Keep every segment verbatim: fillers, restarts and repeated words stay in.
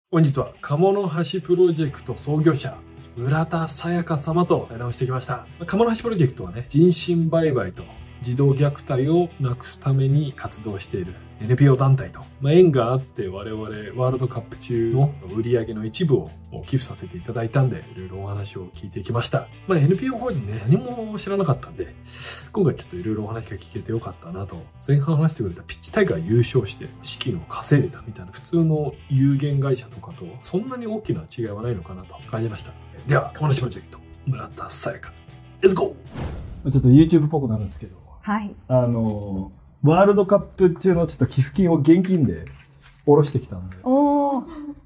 本日は鴨の橋プロジェクト創業者村田沙耶香様と対談をしてきました。鴨の橋プロジェクトはね、人身売買と児童虐待をなくすために活動している エヌピーオー 団体と、まあ、縁があって我々ワールドカップ中の売り上げの一部を寄付させていただいたんで、いろいろお話を聞いてきました。まあ、エヌピーオー 法人ね、何も知らなかったんで、今回ちょっといろいろお話が聞けてよかったなと。前半話してくれたピッチ大会優勝して資金を稼いでたみたいな普通の有限会社とかとそんなに大きな違いはないのかなと感じました。では、鴨の橋プロジェクト村田沙耶香、レッツゴー。 ちょっと YouTube っぽくなるんですけど、 はい。 あの、ワールドカップ中のちょっと寄付金を現金で下ろしてきたんで。 おー。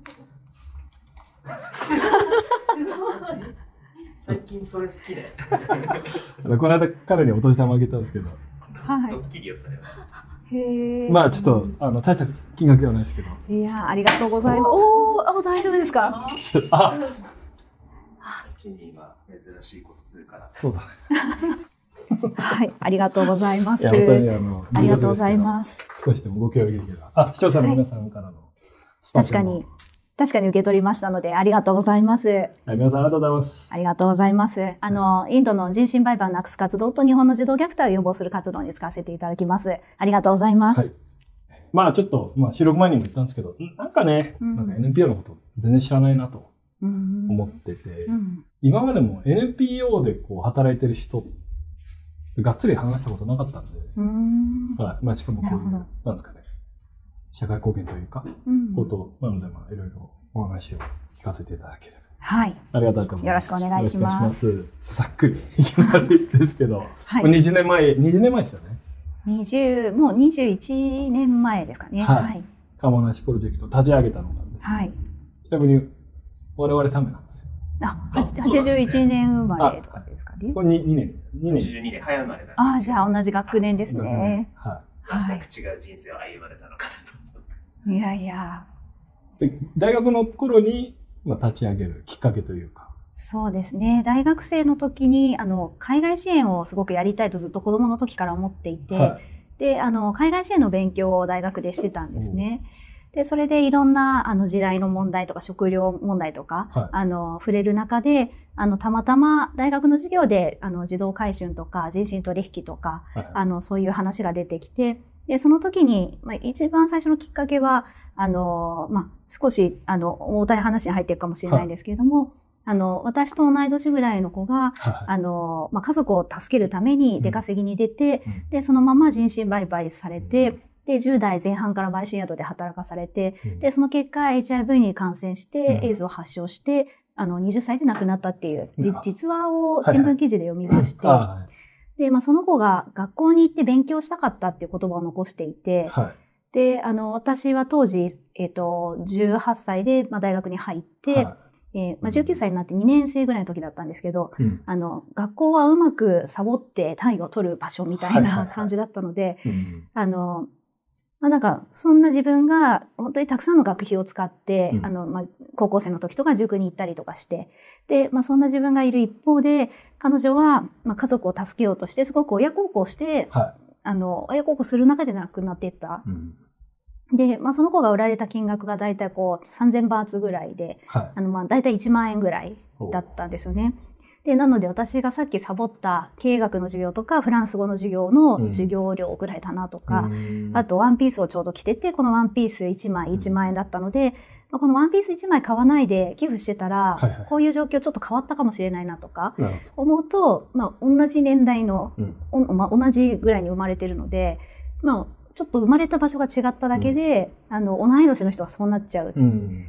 最近それ好きで。 この間彼にお年玉あげたんですけど。 はい。 ドッキリをされました。 へー。 まあちょっと、あの、大した金額ではないですけど。 いや、ありがとうございます。おー、お大丈夫ですか？ あ、 君今珍しいことするから。 そうだね。 はい、ありがとうございます。 いや、本当にあの、 ありがとうございます。 少しでもご協力できれば。あ、視聴者の皆さんからのスパン確かに、確かに受け取りましたので、ありがとうございます。 はい、皆さんありがとうございます。 ありがとうございます。あの、インドの人身売買をなくす活動と日本の児童虐待を予防する活動に使わせていただきます。ありがとうございます。 はい。まあちょっと、まあ収録前にも言ったんですけど、なんかね、 うん、 なんか エヌピーオー のこと全然知らないなと思ってて、 うんうん、 今までも エヌピーオー でこう働いてる人、がっつり話したことなかったんで、 うんはい。まあしかもこういう、なんですかね、社会貢献というか、うん、ことなので、まあいろいろお話を聞かせていただければ。 はい。 ありがたいと思います。 よろしくお願いします。 よろしくお願いします。ざっくり、いきなりですけど、はい、にじゅうねんまえ、にじゅうねんまえですよね。 にじゅう、もうにじゅういちねんまえですかね。 はい。はい、鴨の橋プロジェクトを立ち上げたのなんです。 はい。 ちなみに、我々ためなんですよ。 あ、はちじゅういちねん生まれとかですかね。 これにねん。にねん。 はちじゅうにねん、早生まれだ。 ああ、じゃあ同じ学年ですね。 はい。全く違う人生を歩まれたのかなと。 いやいや。 で、大学の頃に、まあ、立ち上げるきっかけというか。 そうですね。大学生の時に、あの、海外支援をすごくやりたいとずっと子供の時から思っていて、はい、で、あの、海外支援の勉強を大学でしてたんですね。で、それでいろんな、あの、時代の問題とか食料問題とか、はい、あの、触れる中で、あの、たまたま大学の授業で、あの、児童回春とか、人身取引とか、はい、あの、そういう話が出てきて、で、その時に、まあ、一番最初のきっかけは、あの、まあ、少し、あの、重たい話に入っていくかもしれないんですけれども、はい、あの、私と同い年ぐらいの子が、はい、あの、まあ、家族を助けるために出稼ぎに出て、うん、で、そのまま人身売買されて、うん、で、じゅう代前半から売春宿で働かされて、うん、で、その結果、エイチアイブイ に感染して、うん、エイズを発症して、あの、はたちで亡くなったっていう、うん、実話を新聞記事で読みまして、はいはい、で、まあ、その子が学校に行って勉強したかったっていう言葉を残していて、はい、で、あの、私は当時、えっと、じゅうはっさいで、まあ、大学に入って、はい、えー、まあ、じゅうきゅうさいになってにねん生ぐらいの時だったんですけど、うん、あの、学校はうまくサボって単位を取る場所みたいな感じだったので、あの、まあ、なんか、そんな自分が本当にたくさんの学費を使って、うん、あの、まあ、高校生の時とか塾に行ったりとかして、で、まあ、そんな自分がいる一方で、彼女は、まあ、家族を助けようとして、すごく親孝行して、はい、あの、親孝行する中で亡くなっていった。うんで、まあ、その子が売られた金額がだいたいこうさんぜんバーツぐらいで、はい、あの、まあ、だいたいいちまんえんぐらいだったんですよね。で、なので私がさっきサボった経営学の授業とかフランス語の授業の授業料ぐらいだなとか、うん、あとワンピースをちょうど着てて、このワンピースいちまいいちまんえんだったので、うん、まあ、このワンピースいちまい買わないで寄付してたら、はいはい、こういう状況ちょっと変わったかもしれないなとか、思うと、まあ、同じ年代の、うんまあ、同じぐらいに生まれてるので、まあ、ちょっと生まれた場所が違っただけで、うん、あの、同い年の人はそうなっちゃう。うん、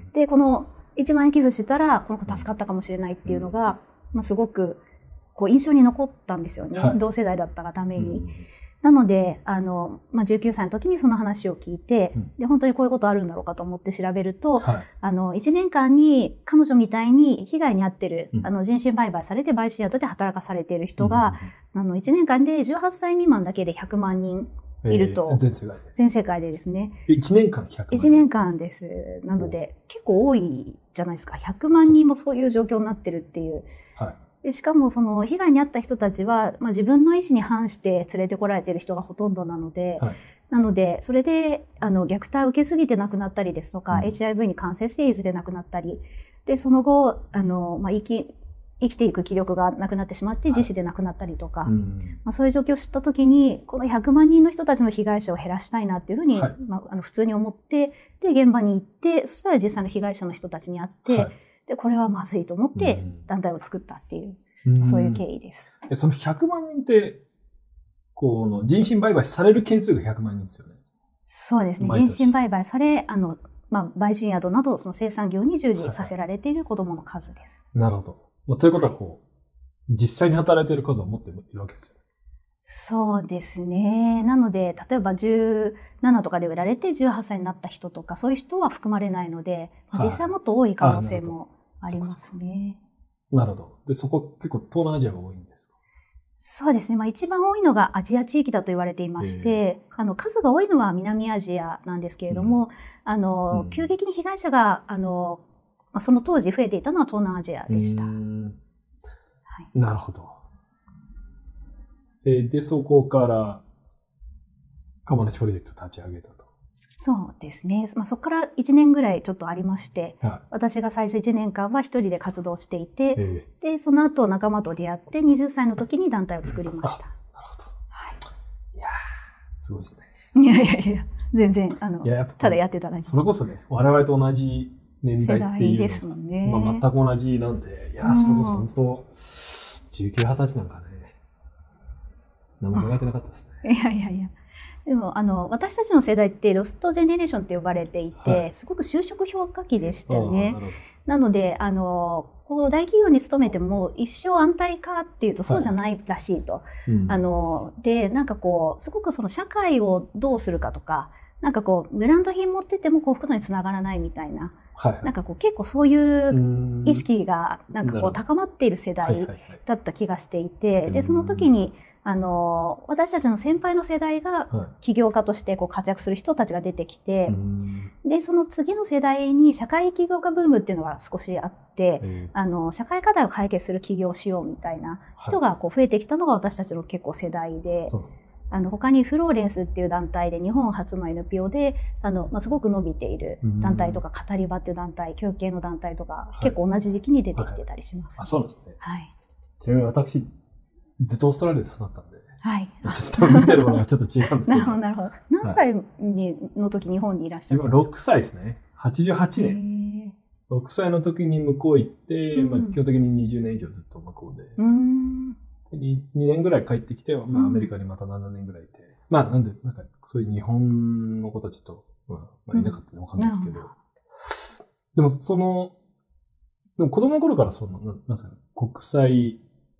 で、このいちまんえん寄付してたら、この子助かったかもしれないっていうのが、うん、まあ、すごく、こう、印象に残ったんですよね。はい、同世代だったがために。うん、なので、あの、まあ、じゅうきゅうさいの時にその話を聞いて、うん、で、本当にこういうことあるんだろうかと思って調べると、はい、あの、いちねんかんに彼女みたいに被害に遭ってる、うん、あの、人身売買されて売春宿で働かされている人が、うん、あの、いちねんかんでじゅうはっさい未満だけでひゃくまんにん、いると、 えー、全世界で。 全世界でですね。 いちねんかんひゃくまん。 いちねんかんです。なので、結構多いじゃないですか。ひゃくまんにんもそういう状況になってるっていう。はい。でしかも、その、被害に遭った人たちは、まあ、自分の意思に反して連れてこられている人がほとんどなので、はい、 なので、それで、あの、虐待を受けすぎて亡くなったりですとか、 うん、 エイチアイブイ に感染してエイズで亡くなったり、で、その後、あの、まあ、生き、生きていく気力がなくなってしまって自死で亡くなったりとか、はい、まあ、そういう状況を知ったときに、このひゃくまんにんの人たちの被害者を減らしたいなっていうふうに、はい、まあ、あの普通に思って、で、現場に行って、そしたら実際の被害者の人たちに会って、はい、で、これはまずいと思って団体を作ったっていう、うん、そういう経緯です。 え、そのひゃくまんにんって、この人身売買される件数がひゃくまんにんですよね。 そうですね。人身売買され、あの、まあ、売春宿など、その生産業に従事させられている子供の数です。はい、 なるほど。まあ、ということは、こう、実際に働いている数を持っているわけですよね。 そうですね。なので、例えばじゅうななとかで売られてじゅうはっさいになった人とか、そういう人は含まれないので、はい、実際もっと多い可能性もありますね。 なるほど。で、そこ結構東南アジアが多いんですか？ そうですね。まあ一番多いのがアジア地域だと言われていまして、あの、数が多いのは南アジアなんですけれども、うん、あの、うん、急激に被害者が、あの、その当時増えていたのは東南アジアでした。はい、 なるほど。で、そこから釜梨プロジェクト立ち上げたと。 そうですね。まあ、そこからいちねんぐらいちょっとありまして、はい、私が最初いちねんかんは一人で活動していて、えー、で、その後仲間と出会ってにじゅっさいの時に団体を作りました。 なるほど。はい。いやー、すごいですね。 いやいやいや、全然、あの、ただやってただけ。 それこそね、我々と同じ年代っていうのですもんね。 まあ、全く同じなんで、いやー、それこそ本当、じゅうきゅう、はたちなんかね、何も考えてなかったですね。 いやいやいや。でも、あの、私たちの世代ってロストジェネレーションって呼ばれていて、はい、すごく就職氷河期でしたよね。な, なので、あの、こう大企業に勤めても一生安泰かっていうとそうじゃないらしいと。はいうん、あの、で、なんかこう、すごくその社会をどうするかとか、なんかこう、ブランド品持ってても幸福度につながらないみたいな。はいはい、なんかこう結構そういう意識がなんかこう高まっている世代だった気がしていて、で、その時に、あの、私たちの先輩の世代が起業家としてこう活躍する人たちが出てきて、はい、で、その次の世代に社会起業家ブームっていうのが少しあって、あの、社会課題を解決する起業をしようみたいな人がこう増えてきたのが私たちの結構世代で、はい、あの、他にフローレンスっていう団体で日本初の エヌピーオー で、あの、まあ、すごく伸びている団体とか、語り場っていう団体、教育系の団体とか、はい、結構同じ時期に出てきてたりします、ねはいはい。あ、そうなんですね。 はい。 ちなみに私、ずっとオーストラリアで育ったんで。 はい。 ちょっと見てるものがちょっと違うんですけど。 なるほど、なるほど。何歳にの時日本にいらっしゃるんですか？ ろくさいですね。はちじゅうはちねん。ろくさいの時に向こう行って、うん、まあ、基本的ににじゅうねん以上ずっと向こうで。うんで 2, 2年ぐらい帰ってきて、まあ、アメリカにまたななねんぐらいいて。うん、まあ、なんで、なんか、そういう日本の子たちと、まあ、まあ、いなかったのわかんないですけど。うん、でも、その、でも子供の頃からその、なんですかね、国際、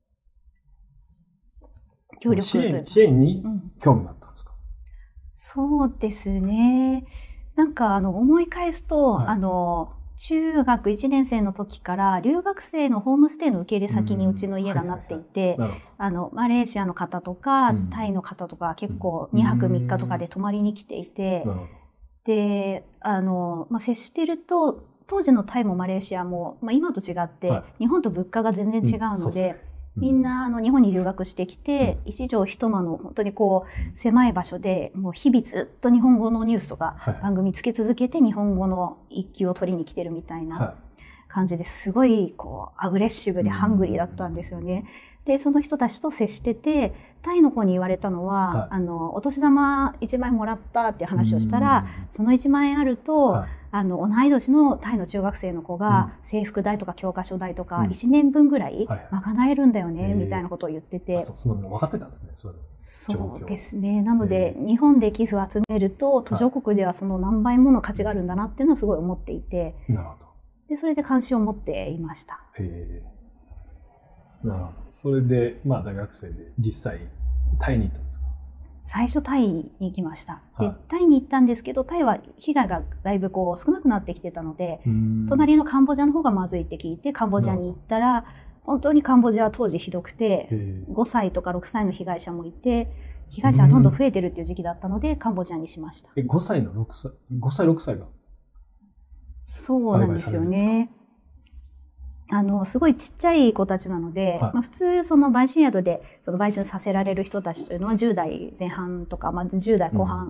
協力支援、支援に興味があったんですか？うん、 そうですね。なんか、あの、思い返すと、はい、あの、中学いちねん生の時から留学生のホームステイの受け入れ先にうちの家がなっていて、あの、マレーシアの方とか、うん、タイの方とか結構にはくみっかとかで泊まりに来ていて、で、あの、まあ、接してると、当時のタイもマレーシアも、まあ、今と違って、はい、日本と物価が全然違うので、うんみんなあの日本に留学してきて、うん、一畳一間の本当にこう狭い場所でもう日々ずっと日本語のニュースとか番組つけ続けて日本語の一級を取りに来てるみたいな感じですごいこうアグレッシブでハングリーだったんですよね。で、その人たちと接してて、タイの子に言われたのは、はい、あの、お年玉いちまん円もらったっていう話をしたら、そのいちまん円あると、はい、あの、同い年のタイの中学生の子が、制服代とか教科書代とか、いちねんぶんぐらい賄えるんだよね、うん、みたいなことを言ってて。 あ、そう、その分かってたんですね、それ。 そうですね。なので、日本で寄付を集めると、途上国ではその何倍もの価値があるんだなっていうのはすごい思っていて、 なるほど。 で、それで関心を持っていました。 へー。なるほど。それで、まあ大学生で実際タイに行ったんですか？ 最初タイに行きました。で、はい、タイに行ったんですけど、タイは被害がだいぶこう少なくなってきてたので、隣のカンボジアの方がまずいって聞いて、カンボジアに行ったら、本当にカンボジアは当時ひどくて、ごさいとかろくさいの被害者もいて、被害者はどんどん増えてるっていう時期だったので、カンボジアにしました。 え、ごさいのろくさい、ごさいろくさいが？ そうなんですよね。あの、すごいちっちゃい子たちなので、はい、まあ、普通、その売春宿で、その売春させられる人たちというのはじゅうだいぜんはんとか、まあ、じゅうだいこう半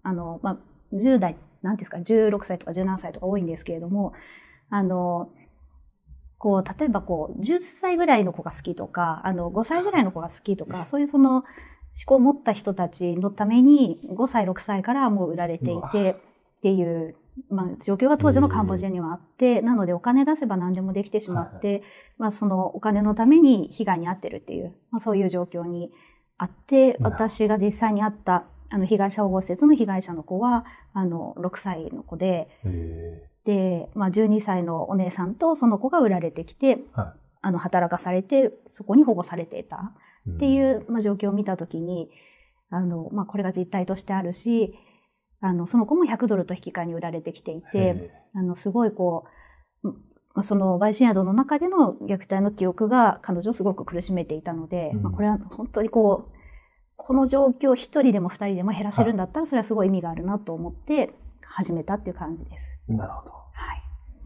あの、まあ、じゅう代、なんていうんですか、じゅうろくさいとかじゅうななさいとか多いんですけれども、あの、こう、例えばこう、じゅっさいぐらいの子が好きとか、あの、ごさいぐらいの子が好きとか、そういうその、思考を持った人たちのために、ごさい、ろくさいからもう売られていて、っていう、まあ、状況が当時のカンボジアにはあって、なのでお金出せば何でもできてしまって、まあ、そのお金のために被害に遭ってるっていう、まあ、そういう状況にあって、私が実際にあった、あの、被害者保護施設の被害者の子は、あの、ろくさいの子で、で、まあ、じゅうにさいのお姉さんとその子が売られてきて、はい、あの、働かされて、そこに保護されていたっていう、まあ、状況を見たときに、あの、まあ、これが実態としてあるし、あの、その子もひゃくドルと引き換えに売られてきていて、あの、すごいこう、その陪審宿の中での虐待の記憶が彼女をすごく苦しめていたので、うん、まあ、これは本当にこう、この状況を一人でも二人でも減らせるんだったら、それはすごい意味があるなと思って始めたっていう感じです。 なるほど。 はい。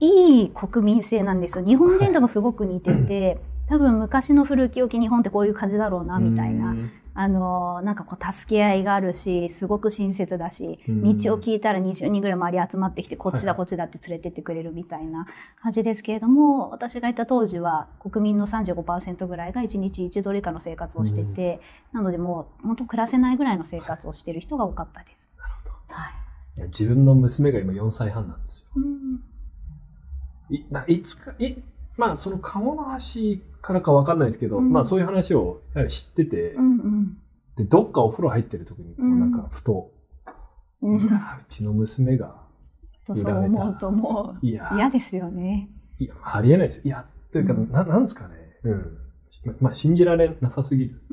いい国民性なんですよ。日本人ともすごく似てて、多分昔の古き良き日本ってこういう感じだろうな、みたいな。あの、なんかこう助け合いがあるし、すごく親切だし、道を聞いたらにじゅうにんぐらい周り集まってきて、こっちだこっちだって連れてってくれるみたいな感じですけれども、私がいた当時は国民の さんじゅうごパーセント ぐらいがいちにちいちドル以下の生活をしてて、なのでもう本当暮らせないぐらいの生活をしている人が多かったです。 なるほど。はい。いや、自分の娘が今よんさいはんなんですよ。うん、い, ないつか、いまあその鴨の橋からかわかんないですけど、うん、まあそういう話をやはり知ってて、うんうん、で、どっかお風呂入ってる時に、こうなんかふと、うん、いや、うちの娘が売られた。そう思うともう嫌ですよね。 いや、ありえないですよ。いや、というか、うん、な、なんですかね。うん。まあ信じられなさすぎる。うん、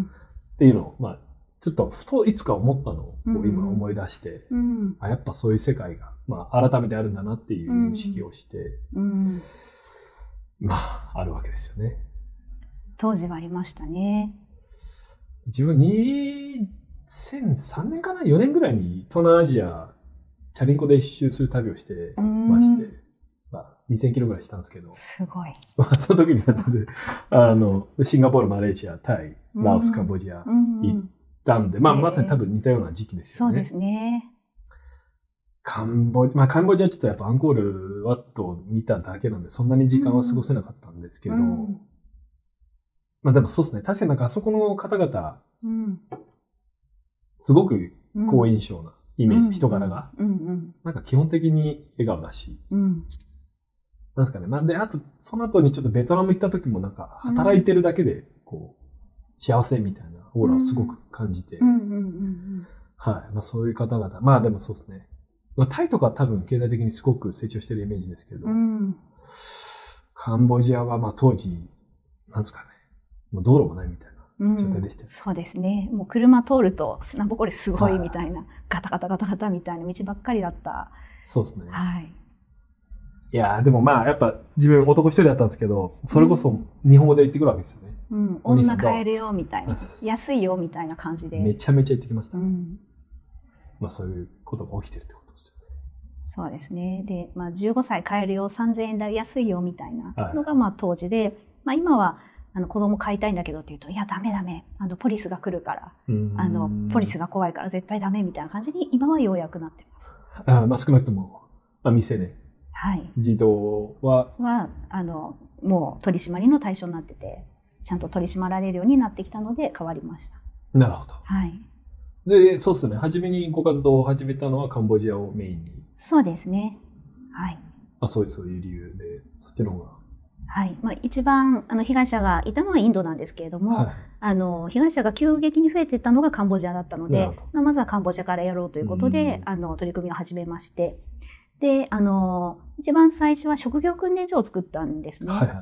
っていうのを、まあ、ちょっとふといつか思ったのを今思い出して、うんうん、あ、やっぱそういう世界が、まあ改めてあるんだなっていう認識をして、うんうん、まあ、あるわけですよね。 当時はありましたね。 自分にせんさんねんかな ?よねんぐらいに東南アジア、チャリンコで一周する旅をしてまして、まあ、にせんキロぐらいしたんですけど。 すごい。 まあ、その時には全然、あの、シンガポール、マレーシア、タイ、ラオス、カンボジア行ったんで、まあ、まさに多分似たような時期ですよね。 そうですね。 カンボジア、まあ、カンボジアちょっとやっぱアンコールワットを見ただけなんで、そんなに時間は過ごせなかったんですけど、うん、まあでもそうですね。確かになんかあそこの方々、うん、すごく好印象なイメージ、うん、人柄が、うんうん。なんか基本的に笑顔だし、うん、なんですかね。まあで、あと、その後にちょっとベトナム行った時もなんか、働いてるだけで、こう、幸せみたいなオーラをすごく感じて、はい。まあそういう方々。まあでもそうですね。まあ、タイとかは多分経済的にすごく成長してるイメージですけど、うん、カンボジアはまあ当時、なんですかね、もう道路もないみたいな状態でしたよね、 うん。そうですね。もう車通ると砂ぼこりすごいみたいな、はい、ガタガタガタガタみたいな道ばっかりだった。 そうですね。 はい。 いやーでもまあやっぱ自分男一人だったんですけど、それこそ日本語で言ってくるわけですよね。 うん。女買えるよみたいな。安いよみたいな感じで。 めちゃめちゃ言ってきました。うん、まあそういうことが起きてるってこと。 そうですね。で、まあ、じゅうごさい買えるよ、さんぜんえんだ安いよ、みたいなのが、まあ、当時で、まあ、今は、あの、子供買いたいんだけどって言うと、いや、ダメダメ。あの、ポリスが来るから、あの、ポリスが怖いから絶対ダメみたいな感じに、今はようやくなってます。 あまあ、少なくとも、まあ、店で。 はい。 児童は。 は、あの、もう取り締まりの対象になってて、ちゃんと取り締まられるようになってきたので、変わりました。 なるほど。 はい。 で、そうですね。初めにご活動を始めたのはカンボジアをメインに。 そうですね。はい。 あ、そういう、そういう理由で、そっちの方が。 はい。まあ、一番、あの、被害者がいたのはインドなんですけれども、はい、あの、被害者が急激に増えていったのがカンボジアだったので、まあ、まずはカンボジアからやろうということで、あの、取り組みを始めまして、で、あの、一番最初は職業訓練所を作ったんですね。はいはい。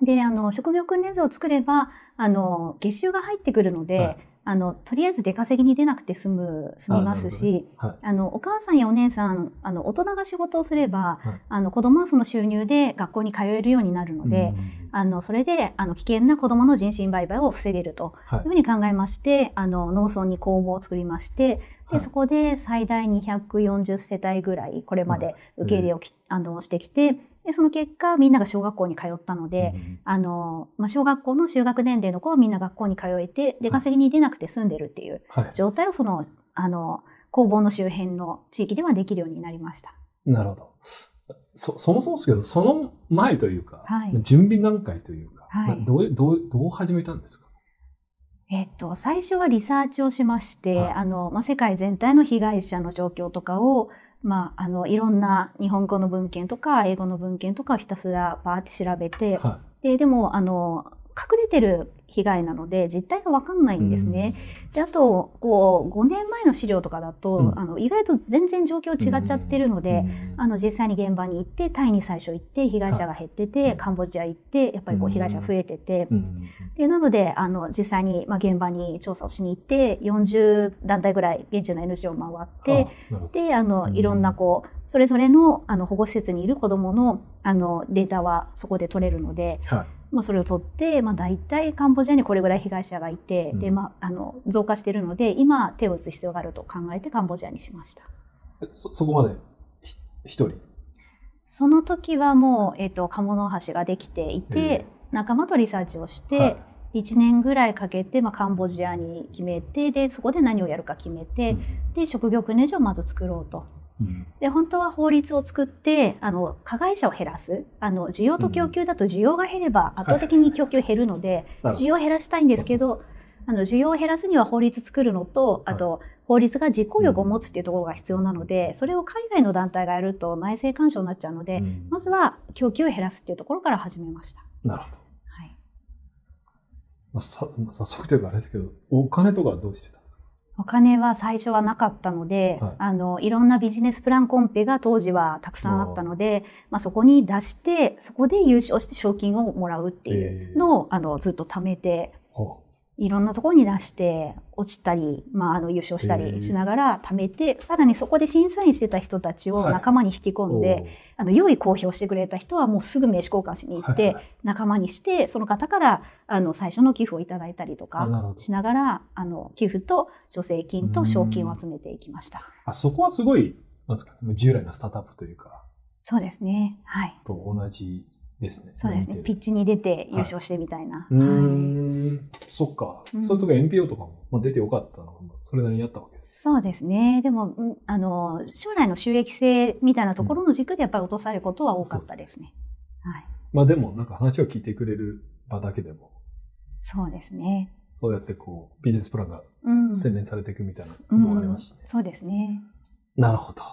で、あの、職業訓練所を作れば、あの、月収が入ってくるので、はい、あの、とりあえず出稼ぎに出なくて済む、済みますし、あ、ね、はい、あの、お母さんやお姉さん、あの、大人が仕事をすれば、はい、あの、子供はその収入で学校に通えるようになるので、あの、それで、あの、危険な子供の人身売買を防げるというふうに考えまして、はい、あの、農村に工房を作りまして、で、そこで最大にひゃくよんじゅっせたいぐらい、これまで受け入れをき、あの、してきて、で、その結果、みんなが小学校に通ったので、うん、あの、まあ、小学校の就学年齢の子はみんな学校に通えて、出稼ぎに出なくて済んでるっていう状態をその、あの、 工房の周辺の地域ではできるようになりました。 なるほど。そ、そもそもですけど、その前というか、 はい、 準備段階というか、 はい、 どう、どう、どう始めたんですか？ えっと、最初はリサーチをしまして、 はい、 あの、まあ、世界全体の被害者の状況とかを、まあ、あの、いろんな日本語の文献とか、英語の文献とかをひたすらバーって調べて、はい、で、でも、あの、隠れてる被害なので実態がわかんないんですね。うん、で、あと、こう、ごねんまえの資料とかだと、うん、あの、意外と全然状況違っちゃってるので、うん、あの、実際に現場に行って、タイに最初行って、被害者が減ってて、はい、カンボジア行って、やっぱりこう、被害者増えてて、うん、で、なので、あの、実際に、まあ、現場に調査をしに行って、よんじゅうだんたいぐらい、現地の エヌジーオー を回って、で、あの、いろんなこう、それぞれの、あの、保護施設にいる子供の、あの、データはそこで取れるので、はい、まあ、それを取って、まあ、大体カンボジアにこれぐらい被害者がいて、うん、で、まあ、あの、増加しているので、今、手を打つ必要があると考えてカンボジアにしました。 そ、そこまで、一人？ その時はもう、えっと、鴨の橋ができていて、仲間とリサーチをして、はい、いちねんぐらいかけて、まあ、カンボジアに決めて、で、そこで何をやるか決めて、うん、で、職業訓練所をまず作ろうと。で、本当は法律を作って、あの、加害者を減らす。あの、需要と供給だと需要が減れば圧倒的に供給減るので、はい、需要を減らしたいんですけど、あの、需要を減らすには法律作るのと、あと、法律が実行力を持つっていうところが必要なので、それを海外の団体がやると内政干渉になっちゃうので、うん、まずは供給を減らすっていうところから始めました。 なるほど。はい。まあ、さ、早速というかあれですけど、お金とかはどうしてた？ お金は最初はなかったので、はい、あの、いろんなビジネスプランコンペが当時はたくさんあったので、まあそこに出して、そこで優勝して賞金をもらうっていうのを、あの、ずっと貯めて、いろんなところに出して、落ちたり、まあ、あの、優勝したりしながら貯めて、さらにそこで審査員してた人たちを仲間に引き込んで、はい、あの、良い公表してくれた人はもうすぐ名刺交換しに行って、仲間にして、その方から、あの、最初の寄付をいただいたりとかしながら、あの、寄付と助成金と賞金を集めていきました。 あ、そこはすごい、なんですか、従来のスタートアップというか。 そうですね。はい。 と同じですね。 そうですね。ピッチに出て優勝してみたいな。はい、 うーん。そっか。うん、そういうとこ エヌピーオー とかも、まあ、出てよかったのが、それなりにあったわけです。 そうですね。でも、あの、将来の収益性みたいなところの軸でやっぱり落とされることは多かったですね。うん、はい。 まあでも、なんか話を聞いてくれる場だけでも。 そうですね。 そうやってこう、ビジネスプランが洗練されていくみたいなのがありましたね、 うんうん。そうですね。 なるほど。 はい。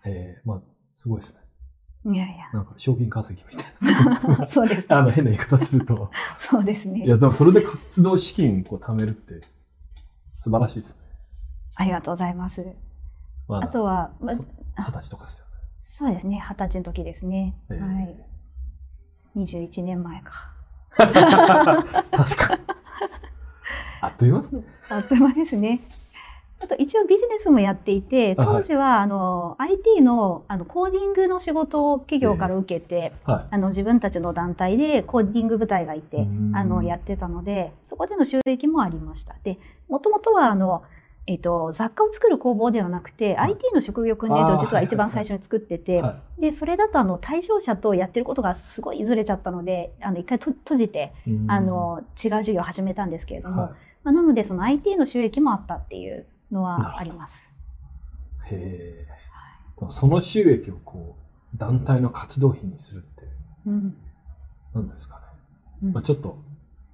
えー、まあ、すごいですね。 いやいや。 なんか賞金稼ぎみたいな。 そうです、ね。 あの、変な言い方すると。 そうですね。 いや、でもそれで活動資金をこう貯めるって素晴らしいですね。 ありがとうございます。ま、あとは、 まず、二十歳とかですよね。 そうですね。二十歳の時ですね。えー、はい。にじゅういちねんまえか。 確かに。あっという間ですね。 あっという間ですね。あと一応ビジネスもやっていて、当時はあの アイティー のあのコーディングの仕事を企業から受けて、えーはい、あの自分たちの団体でコーディング部隊がいて、あのやってたので、そこでの収益もありました。で、もともとはあの、えっと、雑貨を作る工房ではなくて、はい、アイティー の職業訓練所を実は一番最初に作ってて、はい、で、それだとあの対象者とやってることがすごいずれちゃったので、あの一回と閉じて、あの違う授業を始めたんですけれども、はい、まあ、なのでその アイティー の収益もあったっていうのはあります。 へえ、はい。その収益をこう団体の活動費にするって、うん、何ですかね。うん、まあ、ちょっと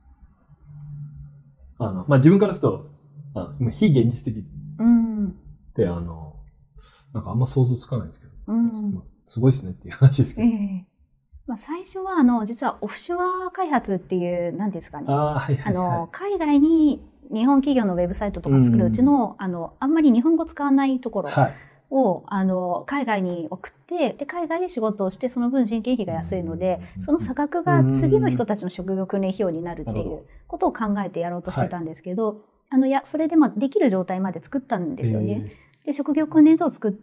あのまあ自分からするとあの非現実的って、うん、あのなんかあんま想像つかないんですけど、うん、すごいですねっていう話ですけど。えーまあ、最初はあの実はオフショア開発っていう何ですかね。 あ、はいはいはい、 あの海外に日本企業のウェブサイトとか作るうちの、うん、あの、あんまり日本語使わないところを、はい、あの、海外に送って、で、海外で仕事をして、その分人件費が安いので、うん、その差額が次の人たちの職業訓練費用になるっていうことを考えてやろうとしてたんですけど、はい、あの、いや、それでもできる状態まで作ったんですよね。で、職業訓練所を作って、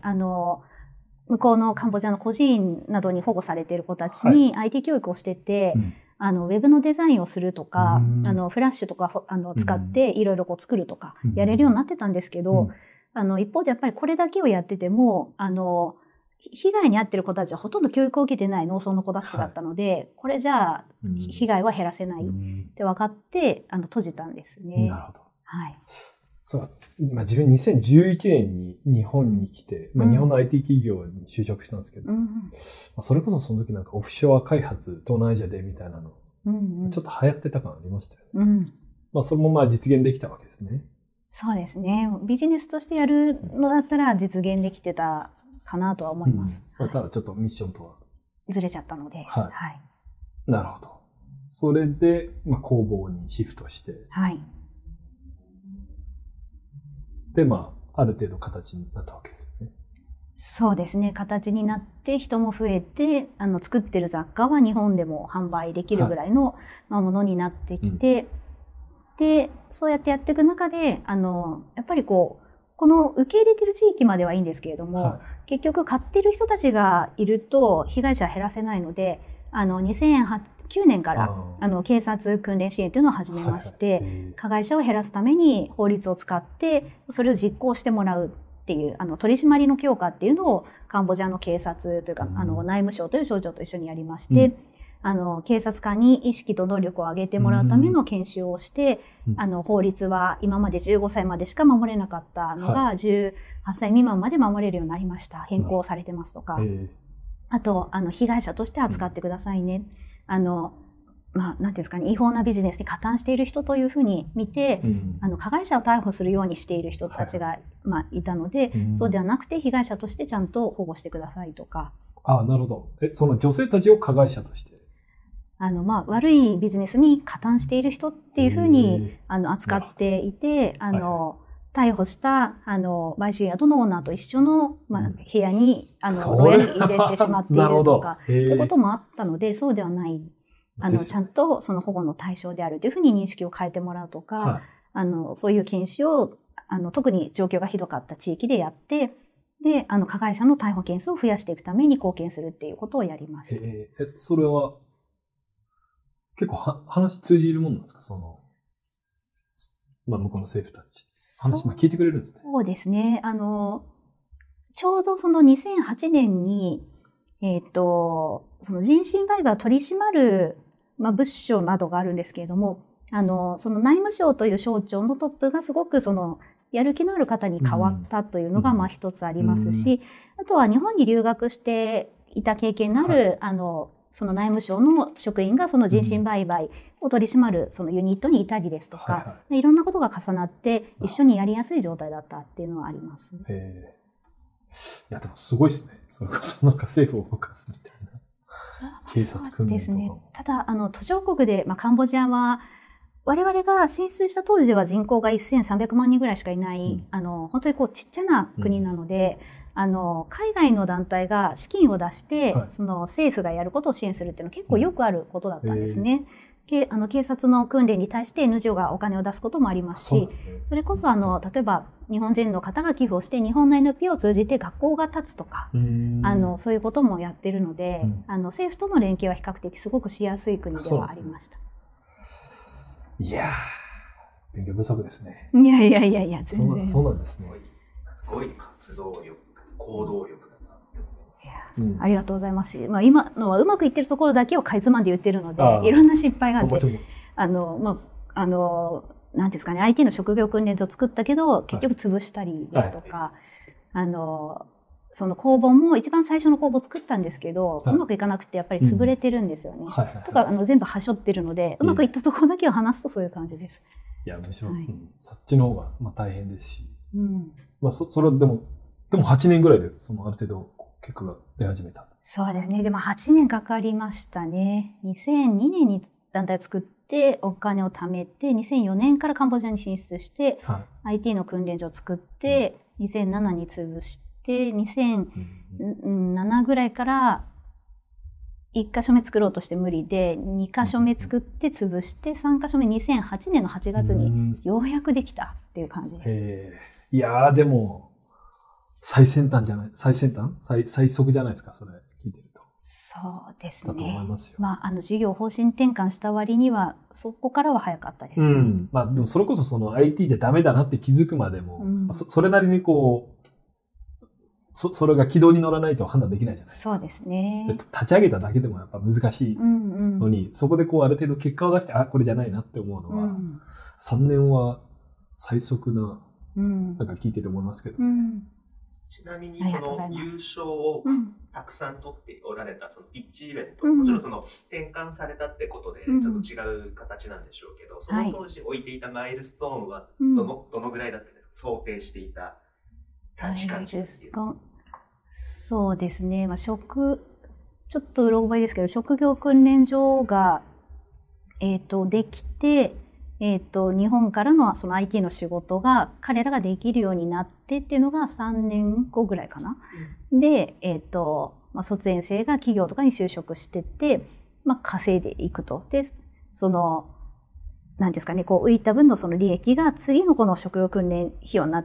あの、向こうのカンボジアの孤児院などに保護されている子たちに アイティー 教育をしてて、はい、うん、あの、ウェブのデザインをするとか、あの、フラッシュとか、あの、使っていろいろこう作るとか、やれるようになってたんですけど、うん、あの、一方でやっぱりこれだけをやってても、あの、被害に遭ってる子たちはほとんど教育を受けてない農村の子たちだったので、はい、これじゃあ、被害は減らせないって分かって、あの、閉じたんですね。 なるほど。 はい。 そう、まあ、自分にせんじゅういちねんに日本に来て、まあ、日本の アイティー 企業に就職したんですけど、うんまあ、それこそその時なんかオフショア開発、東南アジアでみたいなの、うんうん、ちょっと流行ってた感ありましたよね。うんまあ、それもまあ実現できたわけですね。 そうですね。ビジネスとしてやるのだったら実現できてたかなとは思います。うんまあ、ただちょっとミッションとはずれちゃったので。 はい。はい、なるほど。それで、まあ、工房にシフトして。はい。で、まあ、ある程度形になったわけですよね。 そうですね。形になって人も増えて、あの、作ってる雑貨は日本でも販売できるぐらいの、はいまあ、ものになってきて、うんで、そうやってやっていく中で、あの、やっぱりこう、この受け入れてる地域まではいいんですけれども、はい、結局買ってる人たちがいると被害者減らせないので、あの、にせんきゅうねんから、あの、警察訓練支援というのを始めまして、はいはい、加害者を減らすために法律を使って、それを実行してもらうっていう、あの、取り締まりの強化っていうのをカンボジアの警察というか、うん、あの、内務省という省庁と一緒にやりまして、うんあの、警察官に意識と能力を上げてもらうための研修をして、うん、あの、法律は今までじゅうごさいまでしか守れなかったのが、じゅうはっさい未満まで守れるようになりました。変更されてますとか。あと、あの、被害者として扱ってくださいね。うん、あの、まあ、なんていうんですかね、違法なビジネスに加担している人というふうに見て、うん、あの、加害者を逮捕するようにしている人たちが、はい、まあ、いたので、うん、そうではなくて、被害者としてちゃんと保護してくださいとか。 ああ、なるほど。え、その女性たちを加害者としてあの、まあ、悪いビジネスに加担している人っていうふうに、あの、扱っていて、あの、はい、逮捕した、あの、売春宿のオーナーと一緒の、まあ、部屋に、あの、牢屋に入れてしまっているとか、ってこともあったので、そうではない。あの、ちゃんとその保護の対象であるというふうに認識を変えてもらうとか、はい、あの、そういう研修を、あの、特に状況がひどかった地域でやって、で、あの、加害者の逮捕件数を増やしていくために貢献するっていうことをやりました。 えー、それは、結構は話通じるもんなんですかその、まあ向こうの政府たち。話、まあ聞いてくれるんですね。 そうですね。あの、ちょうどそのにせんはちねんに、えっと、その人身売買を取り締まる、まあ部署などがあるんですけれども、あの、その内務省という省庁のトップがすごくその、やる気のある方に変わったというのがまあ一つありますし、うん、あとは日本に留学していた経験のある、はい、あの、その内務省の職員がその人身売買を取り締まるそのユニットにいたりですとか、はいはい、いろんなことが重なって一緒にやりやすい状態だったっていうのはあります。へえ。いやでもすごいですね。それこそなんか政府を動かすみたいな。警察訓練とかも。そうですね。 ただ、あの、途上国で、まあ、カンボジアは、我々が進出した当時では人口がせんさんびゃくまんにんぐらいしかいない、うん、あの、本当にこうちっちゃな国なので、うん、あの、海外の団体が資金を出して、はい、その政府がやることを支援するっていうのは結構よくあることだったんですね。うん、あの警察の訓練に対して エヌジーオー がお金を出すこともありますし、そ, す、ね、それこそあの、例えば日本人の方が寄付をして日本の エヌピーオー を通じて学校が建つとか、あの、そういうこともやってるので、うん、あの、政府との連携は比較的すごくしやすい国ではありました。 いやー、勉強不足ですね。 いやいやいやいや、全然。 そうなんですね。 すごい活動力、行動力だなって思います。 うん、ありがとうございますし、まあ、今のはうまくいってるところだけをかいつまんで言ってるので、いろんな失敗があって、あの、まあ、あの、なんていうんですかね、アイティー の職業訓練所を作ったけど、結局潰したりですとか、はい、あの、その工房も一番最初の工房を作ったんですけど、はい、うまくいかなくてやっぱり潰れてるんですよね。うんはいはいはい、とか、あの、全部はしょってるので、うまくいったところだけを話すとそういう感じです。 いや、むしろ、はいうん、そっちの方が、まあ、大変ですし。うん、まあ、そ、それはでも、でもはちねんぐらいで、そのある程度、結果が出始めた。 そうですね。でもはちねんかかりましたね。にせんにねんに団体を作って、お金を貯めて、にせんよねんからカンボジアに進出して、はい、アイティー の訓練所を作って、うん、にせんななに潰して、にせんななぐらいからいっかしょめ作ろうとして無理で、にかしょめ作って潰して、さんかしょめにせんはちねんのはちがつにようやくできたっていう感じです。 へーいやーでも、最先端じゃない、最先端最、最速じゃないですか、それ聞いてると。 そうですね。 だと思いますよ。 まあ、あの、事業方針転換した割には、そこからは早かったですね。 うん。まあ、でもそれこそその アイティー じゃダメだなって気づくまでも、うん、そ, それなりにこう、そ、それが軌道に乗らないと判断できないじゃないですか。 そうですね。 立ち上げただけでもやっぱ難しいのに、うんうん、そこでこうある程度結果を出して、あ、これじゃないなって思うのは、うん、さんねんは最速なうん、 なんか聞いてて思いますけど、 うん、 ちなみにその優勝をたくさん取っておられたそのピッチイベント、 うん、 もちろんその転換されたってことでちょっと違う形なんでしょうけど、うん、その当時置いていたマイルストーンはどの、はい、どのぐらいだったんですか、想定していた時間値っていう。 そうですね、まあ、職ちょっとうろ覚えですけど、職業訓練所が、えっと、できて、えっと、日本からのその アイティー の仕事が彼らができるようになってっていうのがさんねんごぐらいかな。うん、で、えっと、まあ、卒園生が企業とかに就職してって、まあ、稼いでいくと。で、その、なんですかね、こう浮いた分のその利益が次のこの職業訓練費用になって、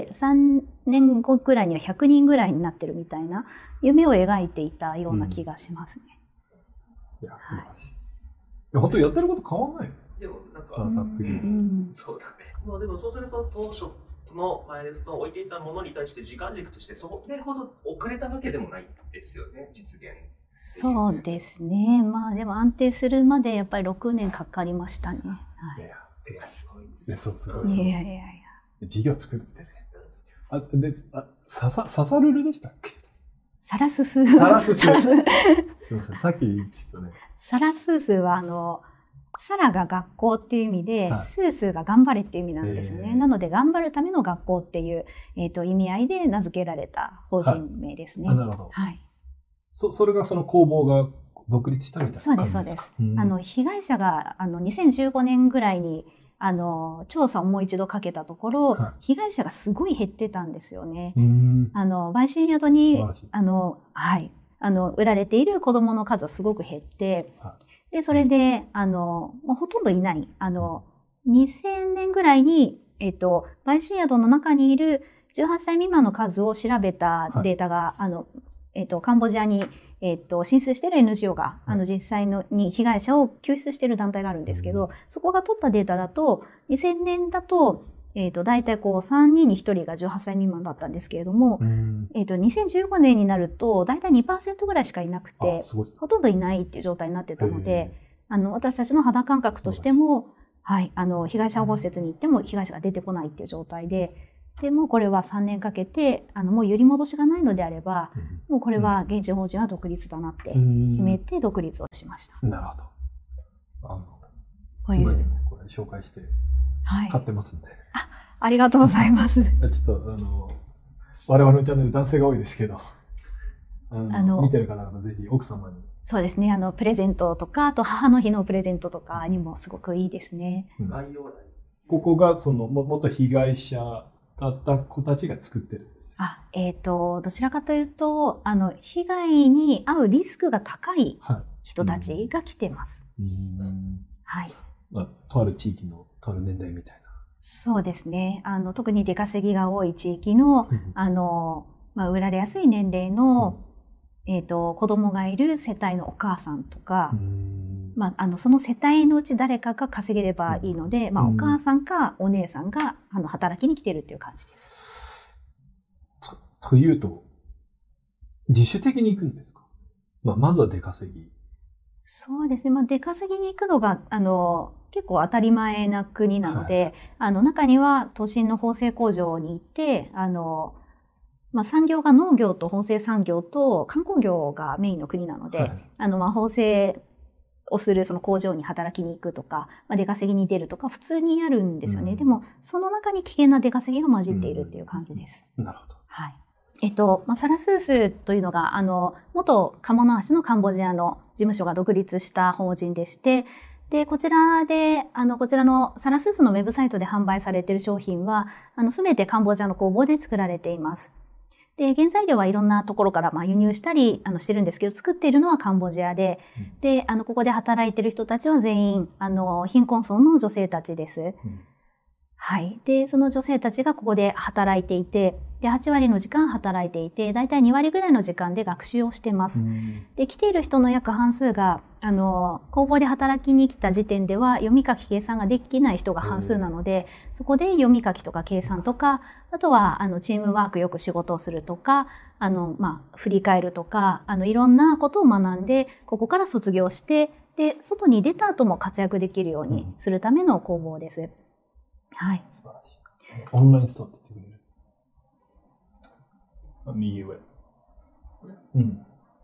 さんねんごぐらいにはひゃくにんぐらいになってるみたいな夢を描いていたような気がしますね。 うん、いや、素晴らしい。はい、いや、本当にやってること変わんないよ。 でもなんかスタートアップ業、うんうん、そうだね。まあでもそうすると当初のマイルストーンを置いていたものに対して時間軸としてそれほど遅れたわけでもないですよね、実現。 そうですね。まあでも安定するまでやっぱりろくねんかかりましたね。はい、 いや、 いやすごいですよ。 そうすごい。 いやいやいや。 事業作るってね。あ、で、あ、ささ、ささるるでしたっけ？ サラスス。 サラスス。すみません、さっきちょっとね。 サラスースはあの、サラが学校っていう意味で、はい、スースーが頑張れっていう意味なんですね。なので、頑張るための学校っていう、えっと、意味合いで名付けられた法人名ですね。 はい、なるほど。 はい。 そ、それがその工房が独立したみたいな感じですか？ そうです、そうです。あの、被害者が、あの、にせんじゅうごねんぐらいに、あの、調査をもう一度かけたところ、はい、被害者がすごい減ってたんですよね。あの、売春宿に、あの、はい、あの、売られている子供の数はすごく減って、はい、で、それで、あの、もうほとんどいない。あの、にせんねんぐらいに、えっと、売春宿の中にいるじゅうはっさい未満の数を調べたデータが、はい、あの、えっと、カンボジアに、えっと、進出している エヌジーオー が、あの、実際のに被害者を救出している団体があるんですけど、そこが取ったデータだと、にせんねんだと、えっと、大体こう、さんにんにひとりがじゅうはっさい未満だったんですけれども、えっと、にせんじゅうごねんになると、大体 にパーセント ぐらいしかいなくて、ほとんどいないっていう状態になってたので、あの、私たちの肌感覚としても、はい、あの、被害者保護施設に行っても被害者が出てこないっていう状態で、でもこれはさんねんかけて、あの、もう揺り戻しがないのであれば、うん、もうこれは現地法人は独立だなって決めて独立をしました。 なるほど。あの、すごいこれ紹介して買ってますんで。はい、 あ、ありがとうございます。 ちょっと、あの、我々のチャンネル男性が多いですけど、あの、あの見てる方々ぜひ奥様に。 そうですね。あの、プレゼントとか、あと母の日のプレゼントとかにもすごくいいですね。 うん、ここが、その、も、元被害者、だった子たちが作ってるんですよ。 あ、えっと、どちらかというと、あの、被害に遭うリスクが高い人たちが来てます。 はい、うんはい。 あ、とある地域の、とある年代みたいな。 そうですね。あの、特に出稼ぎが多い地域の、あの、まあ、売られやすい年齢の、うん、えっと、子供がいる世帯のお母さんとか、まあ、あの、その世帯のうち誰かが稼げればいいので、まあ、お母さんかお姉さんが、あの、働きに来てるっていう感じです。 と、というと、自主的に行くんですか？まあ、まずは出稼ぎ。 そうですね。まあ、出稼ぎに行くのが、あの、結構当たり前な国なので、はい、あの、中には都心の縫製工場に行って、あの、まあ、産業が農業と縫製産業と観光業がメインの国なので、はい、あの、まあ、縫製をするその工場に働きに行くとか、まあ、出稼ぎに出るとか普通にあるんですよね。うん、でも、その中に危険な出稼ぎが混じっているっていう感じです。 うん、なるほど。 はい。えっと、まあ、サラスースというのが、あの、元鴨の橋のカンボジアの事務所が独立した法人でして、で、こちらで、あの、こちらのサラスースのウェブサイトで販売されている商品は、あの、すべてカンボジアの工房で作られています。で、原材料はいろんなところからまあ輸入したりあのしてるんですけど、作っているのはカンボジアで、うん、で、あの、ここで働いている人たちは全員、あの、貧困層の女性たちです。うん、はい。で、その女性たちがここで働いていて、で、はちわりの時間働いていて、だいたいにわりぐらいの時間で学習をしてます。うん、で、来ている人の約半数が、あの、工房で働きに来た時点では読み書き計算ができない人が半数なので、そこで読み書きとか計算とか、あとは、あの、チームワークよく仕事をするとか、あの、まあ、振り返るとか、あの、いろんなことを学んで、ここから卒業して、で、外に出た後も活躍できるようにするための工房です。はい。 素晴らしい。 オンラインストアって言ってくれる？あ、右上。うん。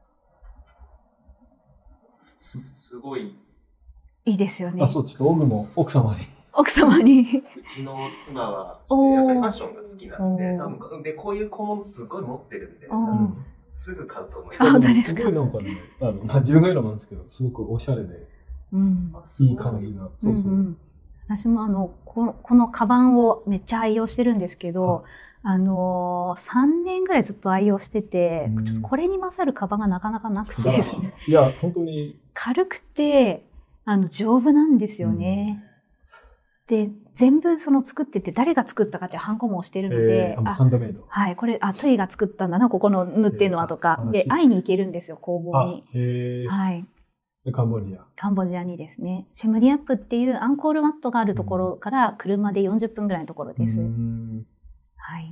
す、すごい。 いいですよね。 あ、そう、ちょっと僕も奥様に。 奥様に。 うちの妻は、やっぱりファッションが好きなんで、多分で、こういう小物すごい持ってるんで、すぐ買うと思います。 本当ですか？ すごいなんかね、あの、まあ、自分が言うのもなんですけど、すごくおしゃれで、うん、いい感じな。そうそう。うんうん、 私もあの、この、このカバンをめっちゃ愛用してるんですけど、あのー、さんねんぐらいずっと愛用してて、うん、ちょっとこれに勝るカバンがなかなかなくてですね。 いや、本当に。 軽くて、あの、丈夫なんですよね。うん、で、全部その作ってて、誰が作ったかってハンコも押してるので、 えー、あ、ハンドメイド。 はい、これ、あ、トゥイが作ったんだな、ここの縫ってるのはとか、えー、で、会いに行けるんですよ、工房に。 へー、 はい。 カンボジア。 カンボジアにですね、シェムリアップっていうアンコールワットがあるところから車でよんじゅっぷんぐらいのところです。はい。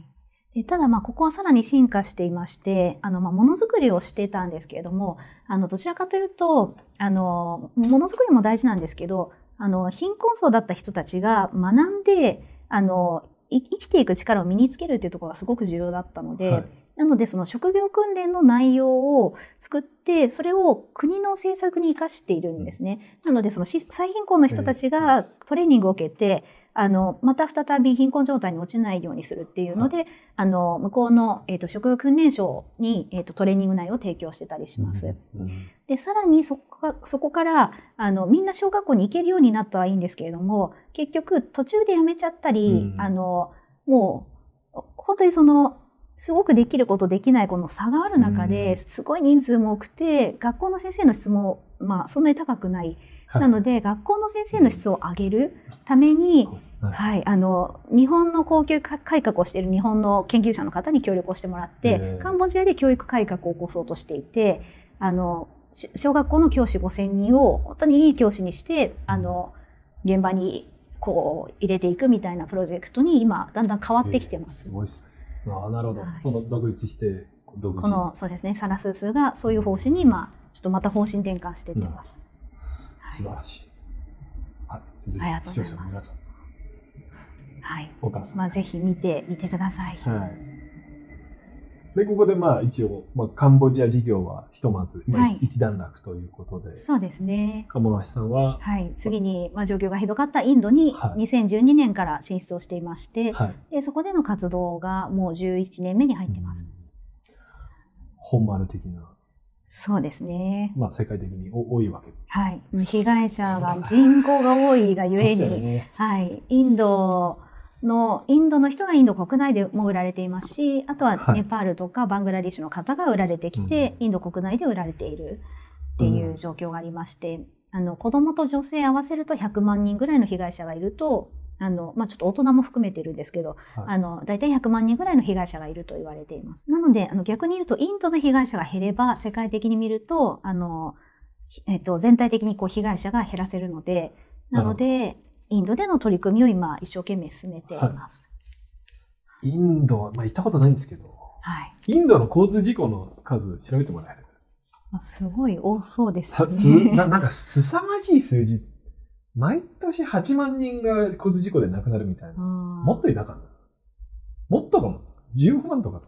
でただ、まあ、ここはさらに進化していまして、あの、まあ、ものづくりをしてたんですけれども、あの、どちらかというと、あの、ものづくりも大事なんですけど、あの、貧困層だった人たちが学んで、あの、生きていく力を身につけるっていうところがすごく重要だったので、はい、なので、その職業訓練の内容を作って、それを国の政策に生かしているんですね。なので、その最貧困の人たちがトレーニングを受けて、あの、また再び貧困状態に落ちないようにするっていうので、はい、あの、向こうの、えっと、職業訓練所に、えっと、トレーニング内容を提供してたりします。うんうん、で、さらにそこか、そこから、あの、みんな小学校に行けるようになったはいいんですけれども、結局途中で辞めちゃったり、うん、あの、もう、本当にその、すごくできることできないこの差がある中で、すごい人数も多くて、学校の先生の質も、まあ、そんなに高くない。はい、なので、学校の先生の質を上げるために、はい、はい、あの、日本の高級改革をしている日本の研究者の方に協力をしてもらって、カンボジアで教育改革を起こそうとしていて、あの、小学校の教師ごせんにんを本当にいい教師にして、あの、現場にこう入れていくみたいなプロジェクトに今、だんだん変わってきてます。 すごいですね。ああ、なるほど。はい、その独立して、独自この、そうですね、サラスースがそういう方針に、まあ、ちょっとまた方針転換していってます。 はい、素晴らしい。はい、 ありがとうございます。 皆さん。 はい。 お母さん。 まあ、ぜひ見てみてください。 はい。で、ここでまあ一応、まあ、カンボジア事業はひとまず、まあ、はい、一段落ということで。 そうですね。 鴨橋さんは。 はい。次に、まあ、状況がひどかったインドににせんじゅうにねんから進出をしていまして、はい、でそこでの活動がもうじゅういちねんめに入ってます。 本丸的な。 そうですね。 まあ世界的に多いわけ。 はい。被害者が人口が多いがゆえに、ね、はい。インドの、インドの人がインド国内でも売られていますし、あとはネパールとかバングラディッシュの方が売られてきて、はい、インド国内で売られているっていう状況がありまして、うん、あの、子供と女性合わせるとひゃくまんにんぐらいの被害者がいると、あの、まあ、ちょっと大人も含めてるんですけど、はい、あの、だいたいひゃくまんにんぐらいの被害者がいると言われています。なので、あの、逆に言うと、インドの被害者が減れば、世界的に見ると、あの、えっと、全体的にこう、被害者が減らせるので、なので、インドでの取り組みを今、一生懸命進めています。 はい、インドは、まあ、行ったことないんですけど、 はい。 インドの交通事故の数調べてもらえる？ すごい多そうですね。 な, なんか、凄まじい数字。毎年はちまんにんが交通事故で亡くなるみたいな。もっといなかった。もっとかも。じゅうごまんとかか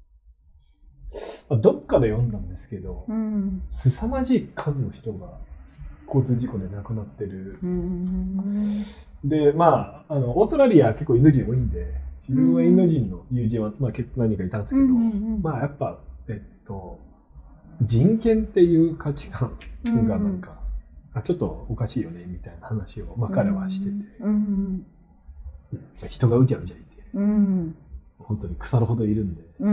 も。どっかで読んだんですけど、うん、凄まじい数の人が交通事故で亡くなってる。うん、で、まあ、あの、オーストラリア結構インド人多いんで、自分はインド人の友人は、まあ結構何人かいたんですけど、うん、まあやっぱ、えっと、人権っていう価値観がなんか、あ、ちょっとおかしいよねみたいな話を、まあ、彼はしてて、うんうん、人がうじゃうじゃいて、うん、本当に腐るほどいるんで、うん、